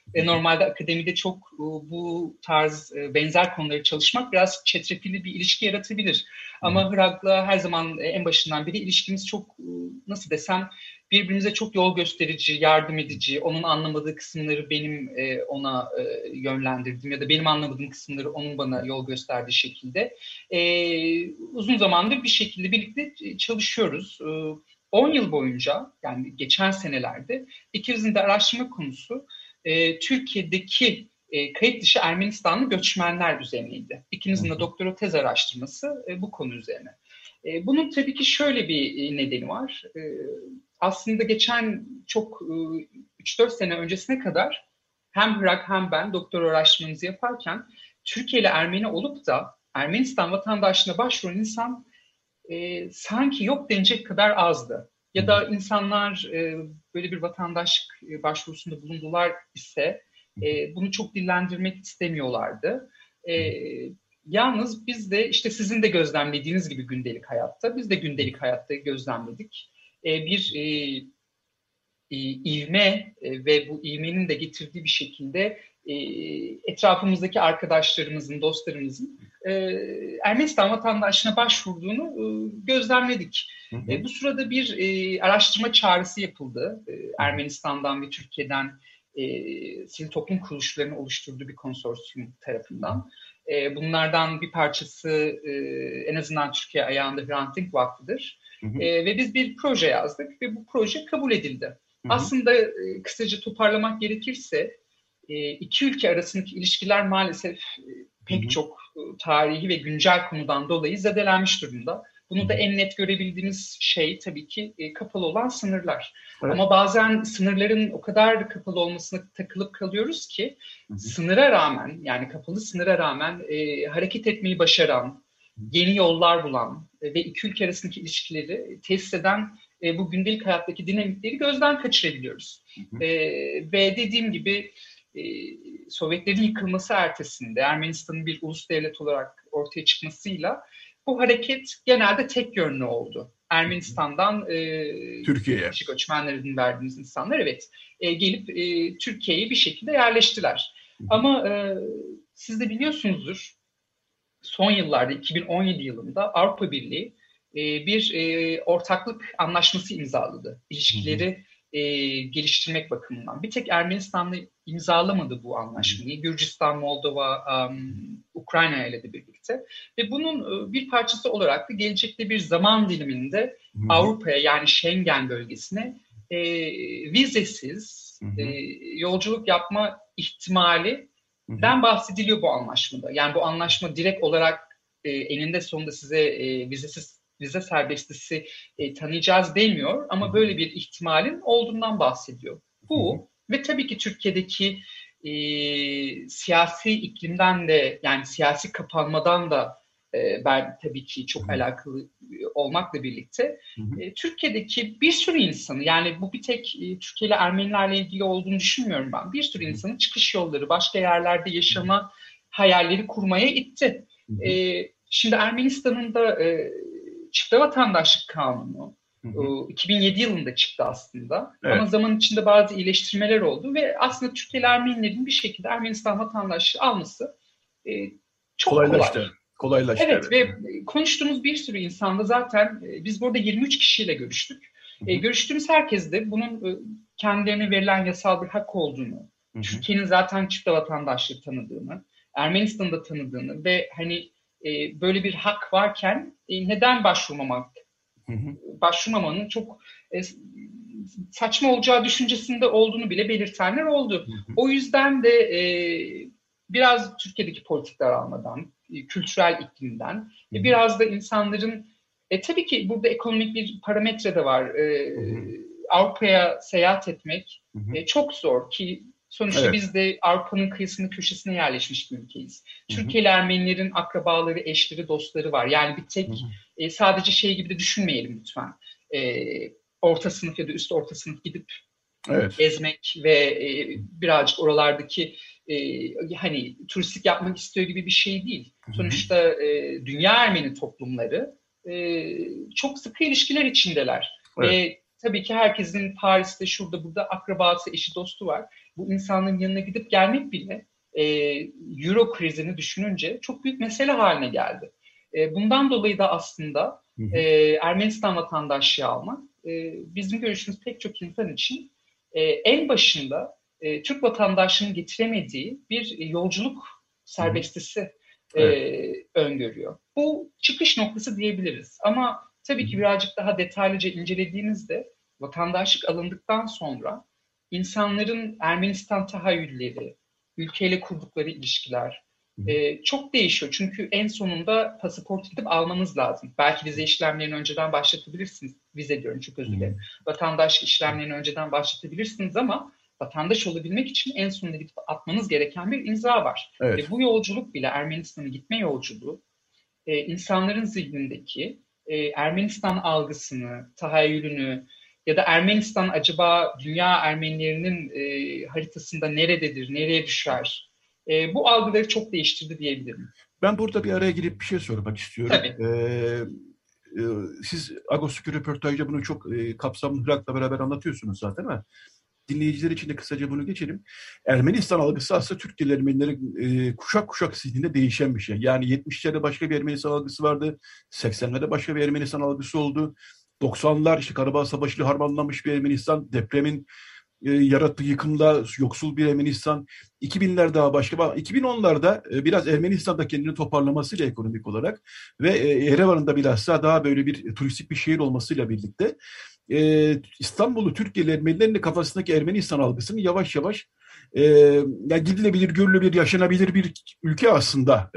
Normalde akademide çok bu tarz benzer konuları çalışmak biraz çetrefilli bir ilişki yaratabilir. Ama Hrag'la her zaman en başından beri ilişkimiz çok, nasıl desem, birbirimize çok yol gösterici, yardım edici, onun anlamadığı kısımları benim ona yönlendirdiğim ya da benim anlamadığım kısımları onun bana yol gösterdiği şekilde uzun zamandır bir şekilde birlikte çalışıyoruz. 10 yıl boyunca, yani geçen senelerde ikimizin de araştırma konusu Türkiye'deki kayıt dışı Ermenistanlı göçmenler üzerineydi. İkimizin de doktora tez araştırması bu konu üzerine. Bunun tabii ki şöyle bir nedeni var. Aslında geçen çok 3-4 sene öncesine kadar hem Hrag hem ben doktora araştırmamızı yaparken Türkiye'li Ermeni olup da Ermenistan vatandaşlığına başvuran insan sanki yok denecek kadar azdı. Ya da insanlar böyle bir vatandaşlık başvurusunda bulundular ise bunu çok dillendirmek istemiyorlardı. Yalnız biz de işte sizin de gözlemlediğiniz gibi gündelik hayatta, biz de gündelik hayatta gözlemledik. Bir ivme ve bu ivmenin de getirdiği bir şekilde etrafımızdaki arkadaşlarımızın, dostlarımızın Ermenistan vatandaşlığına başvurduğunu gözlemledik. Bu sırada bir araştırma çağrısı yapıldı. Ermenistan'dan ve Türkiye'den sivil toplum kuruluşlarının oluşturduğu bir konsorsiyum tarafından. Bunlardan bir parçası en azından Türkiye ayağında Hrant Dink Vakfı'dır. Ve biz bir proje yazdık ve bu proje kabul edildi. Aslında kısaca toparlamak gerekirse iki ülke arasındaki ilişkiler maalesef pek çok tarihi ve güncel konudan dolayı zedelenmiş durumda. Bunu da en net görebildiğimiz şey tabii ki kapalı olan sınırlar. Evet. Ama bazen sınırların o kadar kapalı olmasına takılıp kalıyoruz ki sınıra rağmen, yani kapalı sınıra rağmen hareket etmeyi başaran, yeni yollar bulan ve iki ülke arasındaki ilişkileri tesis eden bu gündelik hayattaki dinamikleri gözden kaçırabiliyoruz. Ve dediğim gibi Sovyetlerin yıkılması ertesinde Ermenistan'ın bir ulus devlet olarak ortaya çıkmasıyla bu hareket genelde tek yönlü oldu. Ermenistan'dan Türkiye'ye göçmenlerin verdiğimiz insanlar gelip Türkiye'ye bir şekilde yerleştiler. Ama siz de biliyorsunuzdur, son yıllarda 2017 yılında Avrupa Birliği bir ortaklık anlaşması imzaladı. İlişkileri geliştirmek bakımından. Bir tek Ermenistan'la imzalamadı bu anlaşmayı. Gürcistan, Moldova, Ukrayna ile de birlikte. Ve bunun bir parçası olarak da gelecekte bir zaman diliminde Avrupa'ya, yani Schengen bölgesine vizesiz yolculuk yapma ihtimalinden bahsediliyor bu anlaşmada. Yani bu anlaşma direkt olarak eninde sonunda size vize serbestisi tanıyacağız demiyor ama böyle bir ihtimalin olduğundan bahsediyor. Bu ve tabii ki Türkiye'deki siyasi iklimden de, yani siyasi kapanmadan da ben tabii ki çok alakalı olmakla birlikte Türkiye'deki bir sürü insanı, yani bu bir tek Türkiye'li Ermenilerle ilgili olduğunu düşünmüyorum ben. Bir sürü insanın çıkış yolları, başka yerlerde yaşama hayalleri kurmaya itti. Şimdi Ermenistan'ın da çifte vatandaşlık kanunu 2007 yılında çıktı aslında. Evet. Ama zaman içinde bazı iyileştirmeler oldu ve aslında Türkiye'li Ermenilerin bir şekilde Ermenistan vatandaşlığı alması çok kolaylaştı. Evet ve konuştuğumuz bir sürü insanda zaten biz burada 23 kişiyle görüştük. Görüştüğümüz herkes de bunun kendilerine verilen yasal bir hak olduğunu, Türkiye'nin zaten çifte vatandaşlığı tanıdığını, Ermenistan'da tanıdığını ve hani böyle bir hak varken neden başvurmamanın çok saçma olacağı düşüncesinde olduğunu bile belirtenler oldu. O yüzden de biraz Türkiye'deki politikalar almadan, kültürel iklimden ve biraz da insanların tabii ki burada ekonomik bir parametre de var. Avrupa'ya seyahat etmek çok zor ki sonuçta biz de Avrupa'nın kıyısının köşesine yerleşmiş bir ülkeyiz. Türkiye'li Ermenilerin akrabaları, eşleri, dostları var. Yani bir tek sadece şey gibi de düşünmeyelim lütfen. Orta sınıf ya da üst orta sınıf gidip gezmek ve birazcık oralardaki hani turistik yapmak istiyor gibi bir şey değil. Sonuçta dünya Ermeni toplumları çok sıkı ilişkiler içindeler. Ve tabii ki herkesin Paris'te, şurada, burada akrabası, eşi, dostu var. Bu insanların yanına gidip gelmek bile Euro krizini düşününce çok büyük mesele haline geldi. Bundan dolayı da aslında Ermenistan vatandaşlığı almak bizim görüşümüz pek çok insan için en başında Türk vatandaşlığının getiremediği bir yolculuk serbestisi öngörüyor. Bu çıkış noktası diyebiliriz. Ama tabii ki birazcık daha detaylıca incelediğimizde vatandaşlık alındıktan sonra insanların Ermenistan tahayyülleri, ülkeyle kurdukları ilişkiler çok değişiyor. Çünkü en sonunda pasaport gidip almanız lazım. Belki vize işlemlerini önceden başlatabilirsiniz. Vize diyorum, çok özür dilerim. Vatandaşlık işlemlerini önceden başlatabilirsiniz ama vatandaş olabilmek için en sonunda gidip atmanız gereken bir imza var. Evet. Ve bu yolculuk bile, Ermenistan'a gitme yolculuğu, insanların zihnindeki Ermenistan algısını, tahayyülünü ya da Ermenistan acaba dünya Ermenilerinin haritasında nerededir, nereye düşer? Bu algıları çok değiştirdi diyebilirim. Ben burada bir araya girip bir şey sormak istiyorum. Tabii. Siz Agos'taki röportajda bunu çok kapsamlı Hrag'la beraber anlatıyorsunuz zaten ama dinleyiciler için de kısaca bunu geçelim. Ermenistan algısı aslında Türk dil Ermenileri kuşak kuşak zihninde değişen bir şey. Yani 70'lerde başka bir Ermenistan algısı vardı. 80'lerde başka bir Ermenistan algısı oldu. 90'lar işte Karabağ Savaşı'yla harmanlanmış bir Ermenistan, depremin yarattığı yıkımla yoksul bir Ermenistan. 2000'ler daha başka. 2010'larda biraz Ermenistan'da kendini toparlamasıyla ekonomik olarak ve Yerevan'ın da bilhassa daha böyle bir turistik bir şehir olmasıyla birlikte İstanbul'u Türkiye'li Ermenilerin kafasındaki Ermenistan algısını yavaş yavaş yani gidilebilir, görülebilir, yaşanabilir bir ülke aslında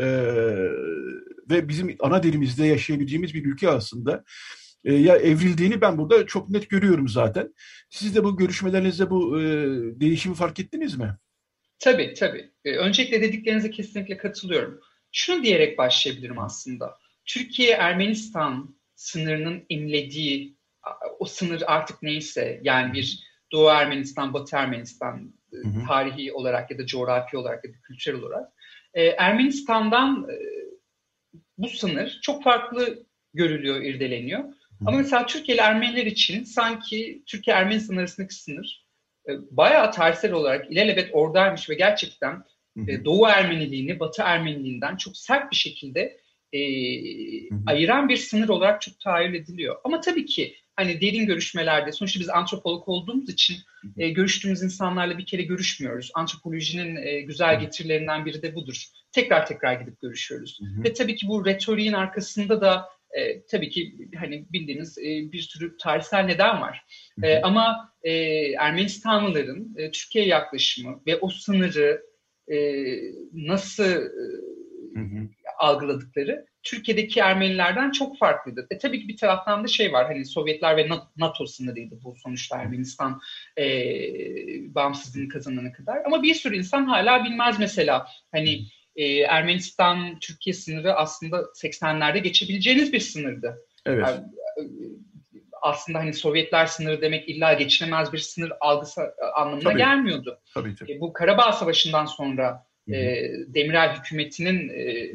ve bizim ana dilimizde yaşayabileceğimiz bir ülke aslında ya evrildiğini ben burada çok net görüyorum zaten. Siz de bu görüşmelerinizde bu değişimi fark ettiniz mi? Tabii, tabii. Öncelikle dediklerinize kesinlikle katılıyorum. Şunu diyerek başlayabilirim aslında. Türkiye-Ermenistan sınırının imlediği, o sınır artık neyse, yani bir Doğu Ermenistan, Batı Ermenistan tarihi olarak ya da coğrafi olarak ya da kültürel olarak Ermenistan'dan bu sınır çok farklı görülüyor, irdeleniyor. Ama mesela Türkiye'li Ermeniler için sanki Türkiye-Ermenistan arasındaki sınır bayağı tarihsel olarak ilelebet oradaymış ve gerçekten Doğu Ermeniliğini Batı Ermeniliğinden çok sert bir şekilde ayıran bir sınır olarak çok tahayyül ediliyor. Ama tabii ki hani derin görüşmelerde, sonuçta biz antropolog olduğumuz için görüştüğümüz insanlarla bir kere görüşmüyoruz. Antropolojinin güzel getirilerinden biri de budur. Tekrar tekrar gidip görüşüyoruz. Ve tabii ki bu retoriğin arkasında da tabii ki hani bildiğiniz bir sürü tarihsel neden var. Ama Ermenistanlıların Türkiye'ye yaklaşımı ve o sınırı nasıl algıladıkları Türkiye'deki Ermenilerden çok farklıdır. Tabii ki bir taraftan da şey var, hani Sovyetler ve NATO sınırıydı bu sonuçta Ermenistan bağımsızlığını kazanana kadar. Ama bir sürü insan hala bilmez mesela hani Ermenistan-Türkiye sınırı aslında 80'lerde geçebileceğiniz bir sınırdı. Evet. Yani, aslında hani Sovyetler sınırı demek illa geçilemez bir sınır algısı anlamına gelmiyordu. Tabii. Bu Karabağ Savaşı'ndan sonra Demirel hükümetinin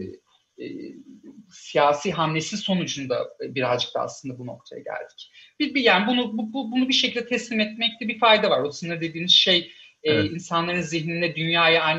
siyasi hamlesi sonucunda birazcık da aslında bu noktaya geldik. Yani bunu bir şekilde teslim etmekte bir fayda var. O sınır dediğiniz şey insanların zihnine dünyaya aynı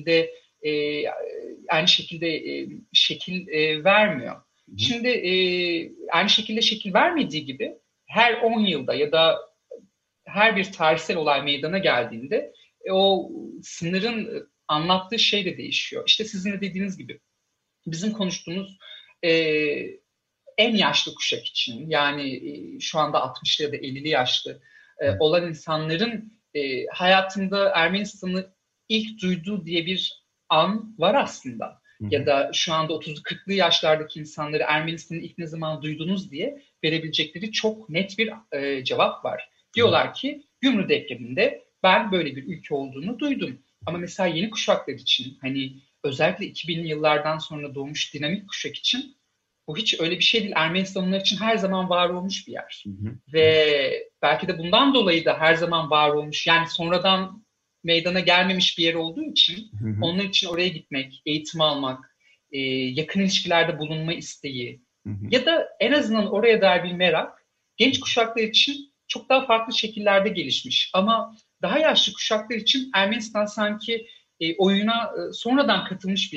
şekilde şekil vermiyor. Şimdi aynı şekilde şekil vermediği gibi her 10 yılda ya da her bir tarihsel olay meydana geldiğinde o sınırın anlattığı şey de değişiyor. İşte sizin de dediğiniz gibi bizim konuştuğumuz en yaşlı kuşak için, yani şu anda 60'lı ya da 50'li yaşlı olan insanların hayatında Ermenistan'ı ilk duyduğu diye bir an var aslında. Ya da şu anda 30'lu 40'lı yaşlardaki insanları Ermenistan'ı ilk ne zaman duydunuz diye verebilecekleri çok net bir cevap var. Diyorlar ki Gümrü depreminde ben böyle bir ülke olduğunu duydum. Ama mesela yeni kuşaklar için, hani özellikle 2000'li yıllardan sonra doğmuş dinamik kuşak için bu hiç öyle bir şey değil. Ermenistan onlar için her zaman var olmuş bir yer. Ve belki de bundan dolayı da her zaman var olmuş, yani sonradan meydana gelmemiş bir yer olduğu için onlar için oraya gitmek, eğitim almak, yakın ilişkilerde bulunma isteği ya da en azından oraya dair bir merak genç kuşaklar için çok daha farklı şekillerde gelişmiş. Ama daha yaşlı kuşaklar için Ermenistan sanki oyuna sonradan katılmış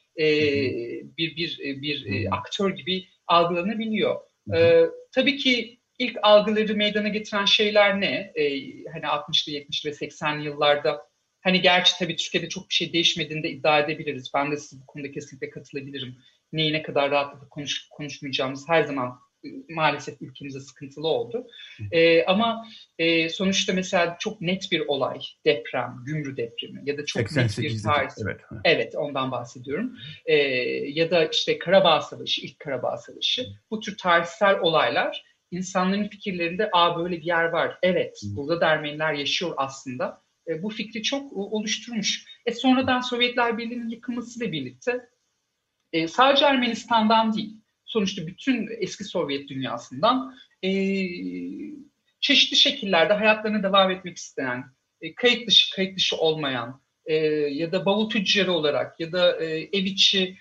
bir aktör gibi algılanabiliyor. Tabii ki ilk algıları meydana getiren şeyler ne? Hani 60'lı, 70'li ve 80'li yıllarda, hani gerçi tabii Türkiye'de çok bir şey değişmediğini de iddia edebiliriz. Ben de size bu konuda kesinlikle katılabilirim. Neyi ne kadar rahatlıkla konuşmayacağımız her zaman maalesef ülkemizde sıkıntılı oldu. Ama sonuçta mesela çok net bir olay, deprem, Gümrü depremi ya da çok net bir tarih. Evet, ondan bahsediyorum. Ya da işte Karabağ Savaşı, ilk Karabağ Savaşı. Bu tür tarihsel olaylar insanların fikirlerinde böyle bir yer var. Evet, burada da Ermeniler yaşıyor aslında. Bu fikri çok oluşturmuş. Sonradan Sovyetler Birliği'nin yıkılmasıyla birlikte sadece Ermenistan'dan değil, sonuçta bütün eski Sovyet dünyasından çeşitli şekillerde hayatlarına devam etmek isteyen, kayıt dışı olmayan ya da bavul tüccarı olarak ya da ev içi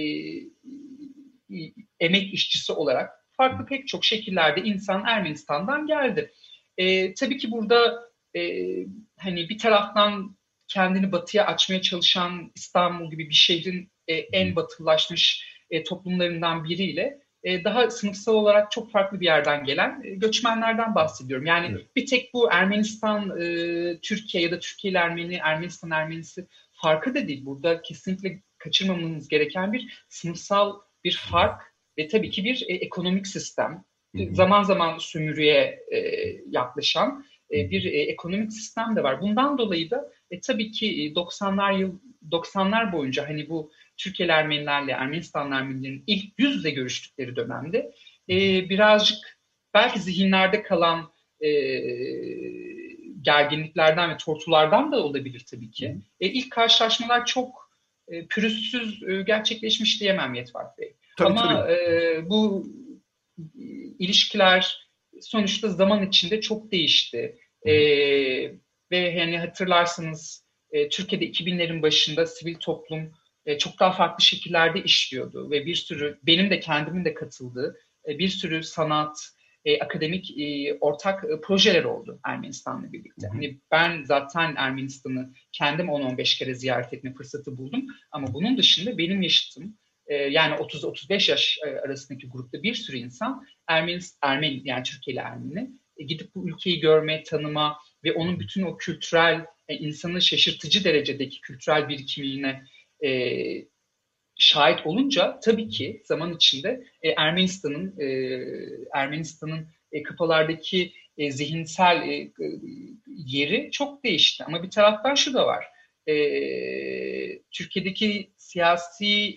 emek işçisi olarak farklı pek çok şekillerde insan Ermenistan'dan geldi. Tabii ki burada hani bir taraftan kendini batıya açmaya çalışan İstanbul gibi bir şehrin en batılılaşmış toplumlarından biriyle daha sınıfsal olarak çok farklı bir yerden gelen göçmenlerden bahsediyorum. Yani bir tek bu Ermenistan, Türkiye ya da Türkiye'li Ermeni, Ermenistan Ermenisi farkı da değil. Burada kesinlikle kaçırmamamız gereken bir sınıfsal bir fark ve tabii ki bir ekonomik sistem. Zaman zaman sömürüye yaklaşan bir ekonomik sistem de var. Bundan dolayı da tabii ki 90'lar boyunca hani bu Türkiye'li Ermenilerle Ermenistanlı Ermenilerin ilk yüz yüze görüştükleri dönemde birazcık belki zihinlerde kalan gerginliklerden ve tortulardan da olabilir tabii ki. İlk karşılaşmalar çok pürüzsüz gerçekleşmiş diyemem Yetvart Bey. Ama bu ilişkiler sonuçta zaman içinde çok değişti. Ve hani hatırlarsınız Türkiye'de 2000'lerin başında sivil toplum çok daha farklı şekillerde işliyordu ve bir sürü, benim de kendimin de katıldığı bir sürü sanat, akademik ortak projeler oldu Ermenistan'la birlikte. Hani ben zaten Ermenistan'ı kendim 10-15 kere ziyaret etme fırsatı buldum ama bunun dışında benim yaşıtım, yani 30-35 yaş arasındaki grupta bir sürü insan Ermeni yani Türkiye'li Ermeni gidip bu ülkeyi görme, tanıma ve onun bütün o kültürel, insanı şaşırtıcı derecedeki kültürel birikimine şahit olunca tabii ki zaman içinde Ermenistan'ın kafalardaki zihinsel yeri çok değişti. Ama bir taraftan şu da var. Türkiye'deki siyasi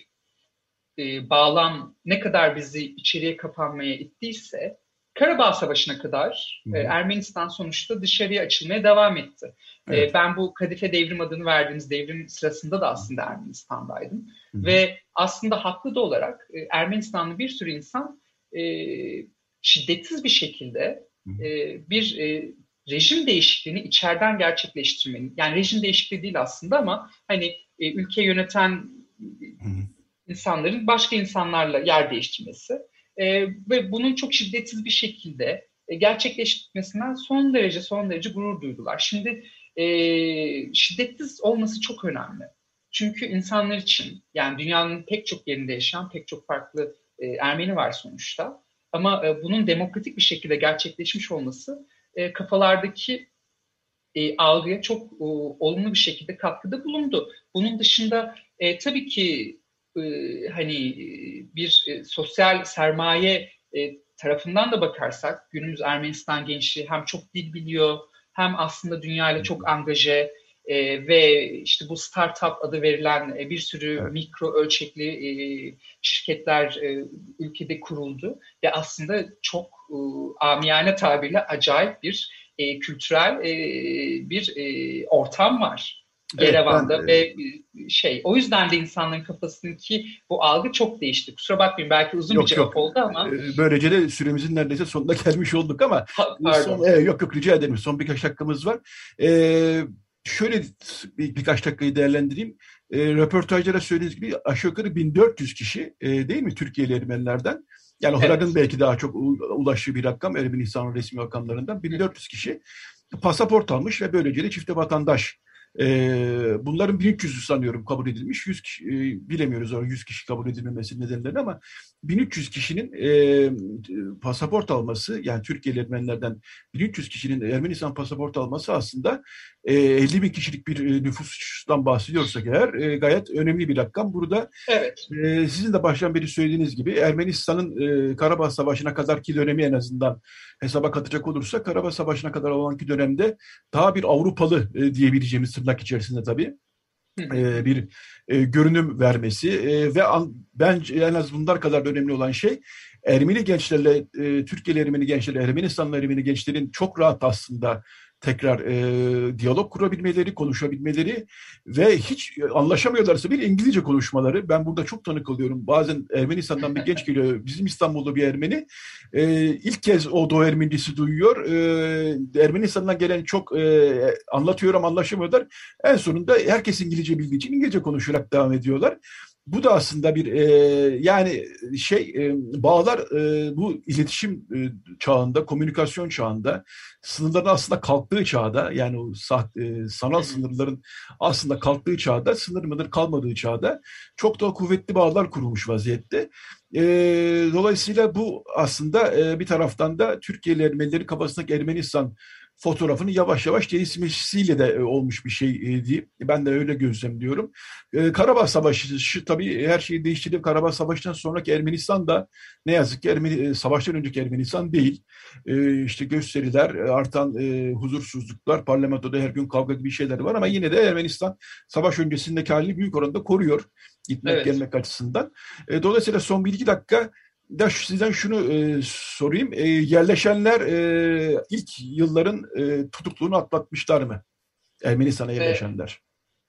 bağlam ne kadar bizi içeriye kapanmaya ittiyse Karabağ Savaşı'na kadar Ermenistan sonuçta dışarıya açılmaya devam etti. Evet. Ben bu Kadife Devrim adını verdiğimiz devrim sırasında da aslında Ermenistan'daydım. Ve aslında haklı da olarak Ermenistanlı bir sürü insan şiddetsiz bir şekilde bir rejim değişikliğini içeriden gerçekleştirmenin, yani rejim değişikliği değil aslında ama hani ülke yöneten insanların başka insanlarla yer değiştirmesi ve bunun çok şiddetsiz bir şekilde gerçekleşmesinden son derece gurur duydular. Şimdi şiddetsiz olması çok önemli. Çünkü insanlar için, yani dünyanın pek çok yerinde yaşayan pek çok farklı Ermeni var sonuçta. Ama bunun demokratik bir şekilde gerçekleşmiş olması kafalardaki algıya çok olumlu bir şekilde katkıda bulundu. Bunun dışında tabii ki hani bir sosyal sermaye tarafından da bakarsak günümüz Ermenistan gençliği hem çok dil biliyor hem aslında dünyayla çok angaje ve işte bu startup adı verilen bir sürü mikro ölçekli şirketler ülkede kuruldu ve aslında çok amiyane tabirle acayip bir kültürel bir ortam var. Yerevan'da ve o yüzden de insanların kafasındaki bu algı çok değişti. Kusura bakmayın belki uzun bir cevap oldu ama. Böylece de süremizin neredeyse sonuna gelmiş olduk ama yok rica ederim. Son birkaç dakikamız var. Şöyle birkaç dakikayı değerlendireyim. Röportajlara söylediğiniz gibi aşağı yukarı 1400 kişi değil mi Türkiye'li Ermenilerden Yani Evet. Hrag'ın belki daha çok ulaştığı bir rakam Ermenistan'ın resmi rakamlarından 1400 kişi pasaport almış ve böylece de çifte vatandaş. Bunların 1300'ü sanıyorum kabul edilmiş. 100 kişi, bilemiyoruz o 100 kişi kabul edilmemesi nedenlerini ama 1300 kişinin pasaport alması, yani Türkiye'li Ermenilerden 1300 kişinin Ermenistan pasaport alması aslında 50 bin kişilik bir nüfustan bahsediyorsak eğer gayet önemli bir rakam. Burada Evet. sizin de baştan beri söylediğiniz gibi Ermenistan'ın Karabağ Savaşı'na kadarki dönemi en azından hesaba katacak olursa Karabağ Savaşı'na kadar olanki dönemde daha bir Avrupalı diyebileceğimiz tırnak içerisinde tabii bir görünüm vermesi ve bence en az bunlar kadar önemli olan şey Ermeni gençlerle Türkiye'li Ermeni gençlerle Ermenistanlı Ermeni gençlerin çok rahat aslında tekrar diyalog kurabilmeleri, konuşabilmeleri ve hiç anlaşamıyorlarsa bir İngilizce konuşmaları. Ben burada çok tanık oluyorum. Bazen Ermenistan'dan bir genç geliyor, bizim İstanbul'da bir Ermeni. İlk kez o Doğu Ermenicisi duyuyor. Ermenistan'dan gelen çok anlatıyorum, anlaşamıyorlar. En sonunda herkes İngilizce bildiği için İngilizce konuşarak devam ediyorlar. Bu da aslında bir bağlar bu iletişim çağında, komünikasyon çağında, sınırların aslında kalktığı çağda, yani o sanal sınırların aslında kalktığı çağda, sınır mıdır kalmadığı çağda çok daha kuvvetli bağlar kurulmuş vaziyette. Dolayısıyla bu aslında bir taraftan da Türkiye'li Ermenilerin kafasındaki Ermenistan fotoğrafını yavaş yavaş değişmesiyle de olmuş bir şey diyeyim. Ben de öyle gözlemliyorum. Karabağ Savaşı tabii her şeyi değiştirdi. Karabağ Savaşı'ndan sonraki Ermenistan da ne yazık ki savaştan önceki Ermenistan değil. İşte gösteriler, artan huzursuzluklar, parlamentoda her gün kavga gibi şeyler var ama yine de Ermenistan savaş öncesindeki halini büyük oranda koruyor gitmek gelmek açısından. Dolayısıyla son 1-2 dakika da sizden şunu sorayım. Yerleşenler ilk yılların tutukluğunu atlatmışlar mı? Ermenistan'a yerleşenler.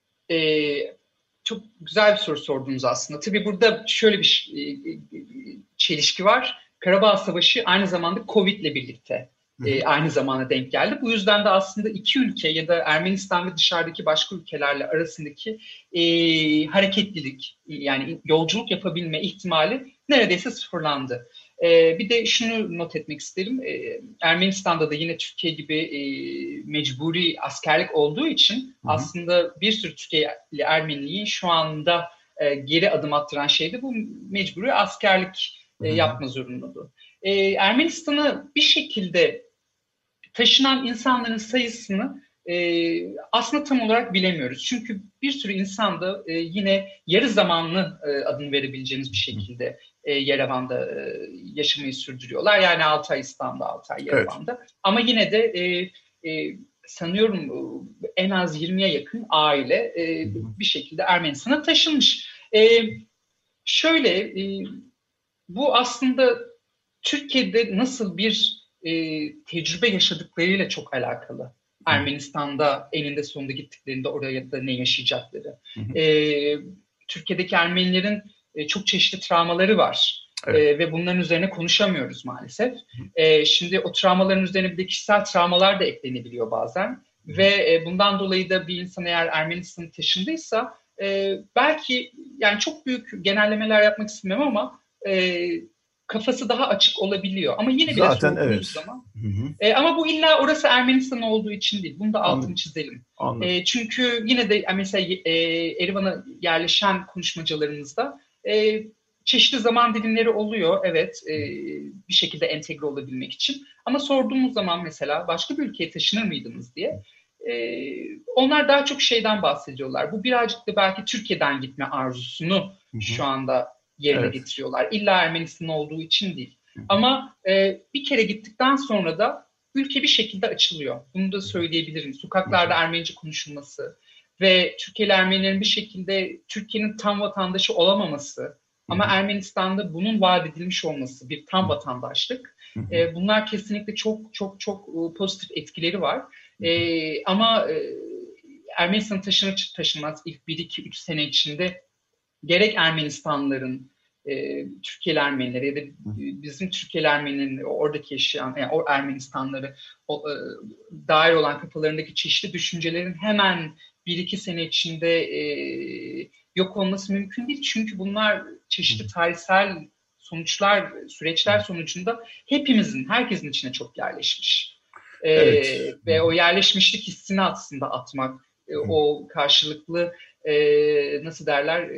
Çok güzel bir soru sordunuz aslında. Tabii burada şöyle bir çelişki var. Karabağ Savaşı aynı zamanda Covid'le birlikte aynı zamana denk geldi. Bu yüzden de aslında iki ülke ya da Ermenistan ve dışarıdaki başka ülkelerle arasındaki hareketlilik, yani yolculuk yapabilme ihtimali neredeyse sıfırlandı. Bir de şunu not etmek isterim. Ermenistan'da da yine Türkiye gibi mecburi askerlik olduğu için aslında bir sürü Türkiye'li Ermeniyi şu anda geri adım attıran şey de bu mecburi askerlik yapma zorunluluğu. Ermenistan'a bir şekilde taşınan insanların sayısını aslında tam olarak bilemiyoruz. Çünkü bir sürü insan da yine yarı zamanlı adını verebileceğimiz bir şekilde Yerevan'da yaşamayı sürdürüyorlar. Yani 6 ay İstanbul'da, 6 ay Yerevan'da. Evet. Ama yine de sanıyorum en az 20'ye yakın aile bir şekilde Ermenistan'a taşınmış. Bu aslında Türkiye'de nasıl bir tecrübe yaşadıklarıyla çok alakalı. Ermenistan'da eninde sonunda gittiklerinde oraya da ne yaşayacakları. Türkiye'deki Ermenilerin çok çeşitli travmaları var. Evet. Ve bunların üzerine konuşamıyoruz maalesef. Şimdi o travmaların üzerine bir de kişisel travmalar da eklenebiliyor bazen. Ve bundan dolayı da bir insan eğer Ermenistan'a taşındıysa belki, yani çok büyük genellemeler yapmak istemiyorum ama kafası daha açık olabiliyor. Ama yine bile sorduğumuz zaman. Ama bu illa orası Ermenistan olduğu için değil. Bunu da altını çizelim. Çünkü yine de mesela Erivan'a yerleşen konuşmacılarımızda çeşitli zaman dilimleri oluyor. Evet, bir şekilde entegre olabilmek için. Ama sorduğumuz zaman mesela başka bir ülkeye taşınır mıydınız diye onlar daha çok şeyden bahsediyorlar. Bu birazcık da belki Türkiye'den gitme arzusunu şu anda yerine getiriyorlar. İlla Ermenistan olduğu için değil. Ama bir kere gittikten sonra da ülke bir şekilde açılıyor. Bunu da söyleyebilirim. Sokaklarda Ermenice konuşulması ve Türkiye'li Ermenilerin bir şekilde Türkiye'nin tam vatandaşı olamaması ama Ermenistan'da bunun vaat edilmiş olması, bir tam vatandaşlık. Bunlar kesinlikle çok çok çok pozitif etkileri var. Ama Ermenistan'a taşınmaz ilk 1-2-3 sene içinde gerek Ermenistanlıların, Türkiye'li Ermenileri ya da bizim Türkiye'li Ermenilerin oradaki yaşayan, yani o Ermenistanları dair olan kafalarındaki çeşitli düşüncelerin hemen 1-2 sene içinde yok olması mümkün değil. Çünkü bunlar çeşitli tarihsel süreçler sonucunda herkesin içine çok yerleşmiş. Evet. Ve o yerleşmişlik hissini aslında atmak, o karşılıklı nasıl derler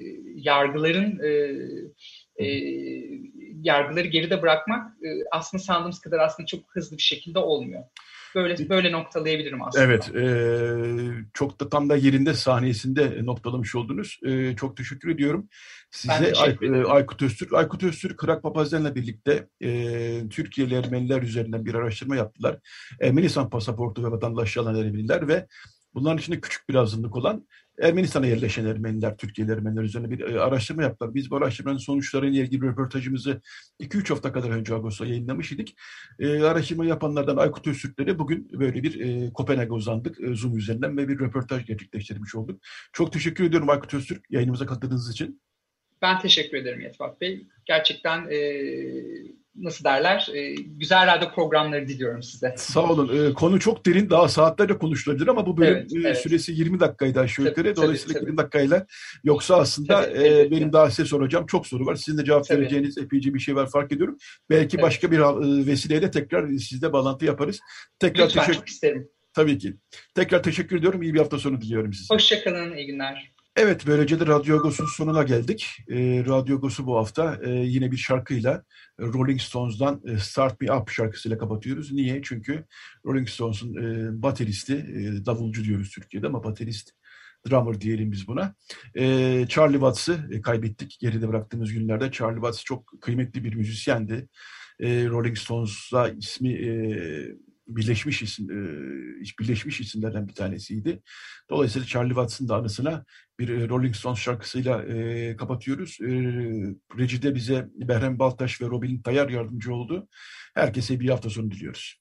yargıları geride bırakmak aslında sandığımız kadar aslında çok hızlı bir şekilde olmuyor. Böyle noktalayabilirim aslında. Evet, çok da tam da yerinde saniyesinde noktalamış oldunuz. Çok teşekkür ediyorum size. Aykut Öztürk, Kırak Papazyan'la birlikte Türkiye'li Ermeniler üzerinden bir araştırma yaptılar. Ermenistan pasaportu ve vatandaşlığı alan Ermeniler ve bunların içinde küçük bir azınlık olan Ermenistan'a yerleşen Ermeniler, Türkiye'li Ermeniler üzerine bir araştırma yaptılar. Biz bu araştırmanın sonuçlarıyla ilgili röportajımızı 2-3 hafta kadar önce Ağustos'ta yayınlamış idik. Araştırma yapanlardan Aykut Öztürk'le bugün böyle bir Kopenhag'a uzandık Zoom üzerinden ve bir röportaj gerçekleştirmiş olduk. Çok teşekkür ediyorum Aykut Öztürk yayınımıza katıldığınız için. Ben teşekkür ederim Yetvat Bey. Gerçekten nasıl derler, güzel radyo programları diliyorum size. Sağ olun. Konu çok derin, daha saatlerce konuşulabilir ama bu bölüm süresi 20 dakikaydı aşağı yukarı. Dolayısıyla 20 dakikayla yoksa aslında benim daha size soracağım çok soru var. Sizin de cevap vereceğiniz epeyce bir şey var fark ediyorum. Belki başka bir vesileyle tekrar sizle bağlantı yaparız. Lütfen, çok isterim. Tabii ki. Tekrar teşekkür ediyorum. İyi bir hafta sonu diliyorum size. Hoşçakalın, iyi günler. Evet, böylece de Radyo Agos'un sonuna geldik. Radyo Agos'u bu hafta yine bir şarkıyla Rolling Stones'dan Start Me Up şarkısıyla kapatıyoruz. Niye? Çünkü Rolling Stones'un bateristi, davulcu diyoruz Türkiye'de ama baterist, drummer diyelim biz buna. Charlie Watts'ı kaybettik geride bıraktığımız günlerde. Charlie Watts çok kıymetli bir müzisyendi. Rolling Stones'la ismi birleşmiş isimlerden bir tanesiydi. Dolayısıyla Charlie Watts'ın da anısına bir Rolling Stones şarkısıyla kapatıyoruz. Rejide bize Behrem Baltaş ve Robin Tayar yardımcı oldu. Herkese bir hafta sonu diliyoruz.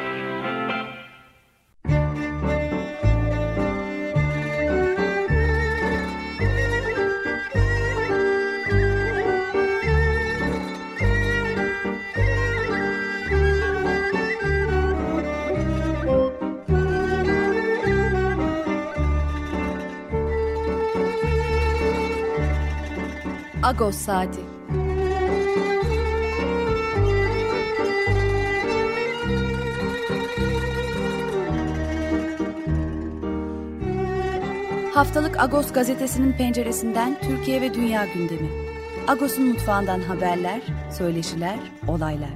Agos Saati. Haftalık Agos gazetesinin penceresinden Türkiye ve dünya gündemi. Agos'un mutfağından haberler, söyleşiler, olaylar.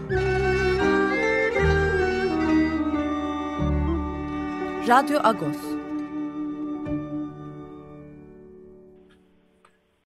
Radyo Agos.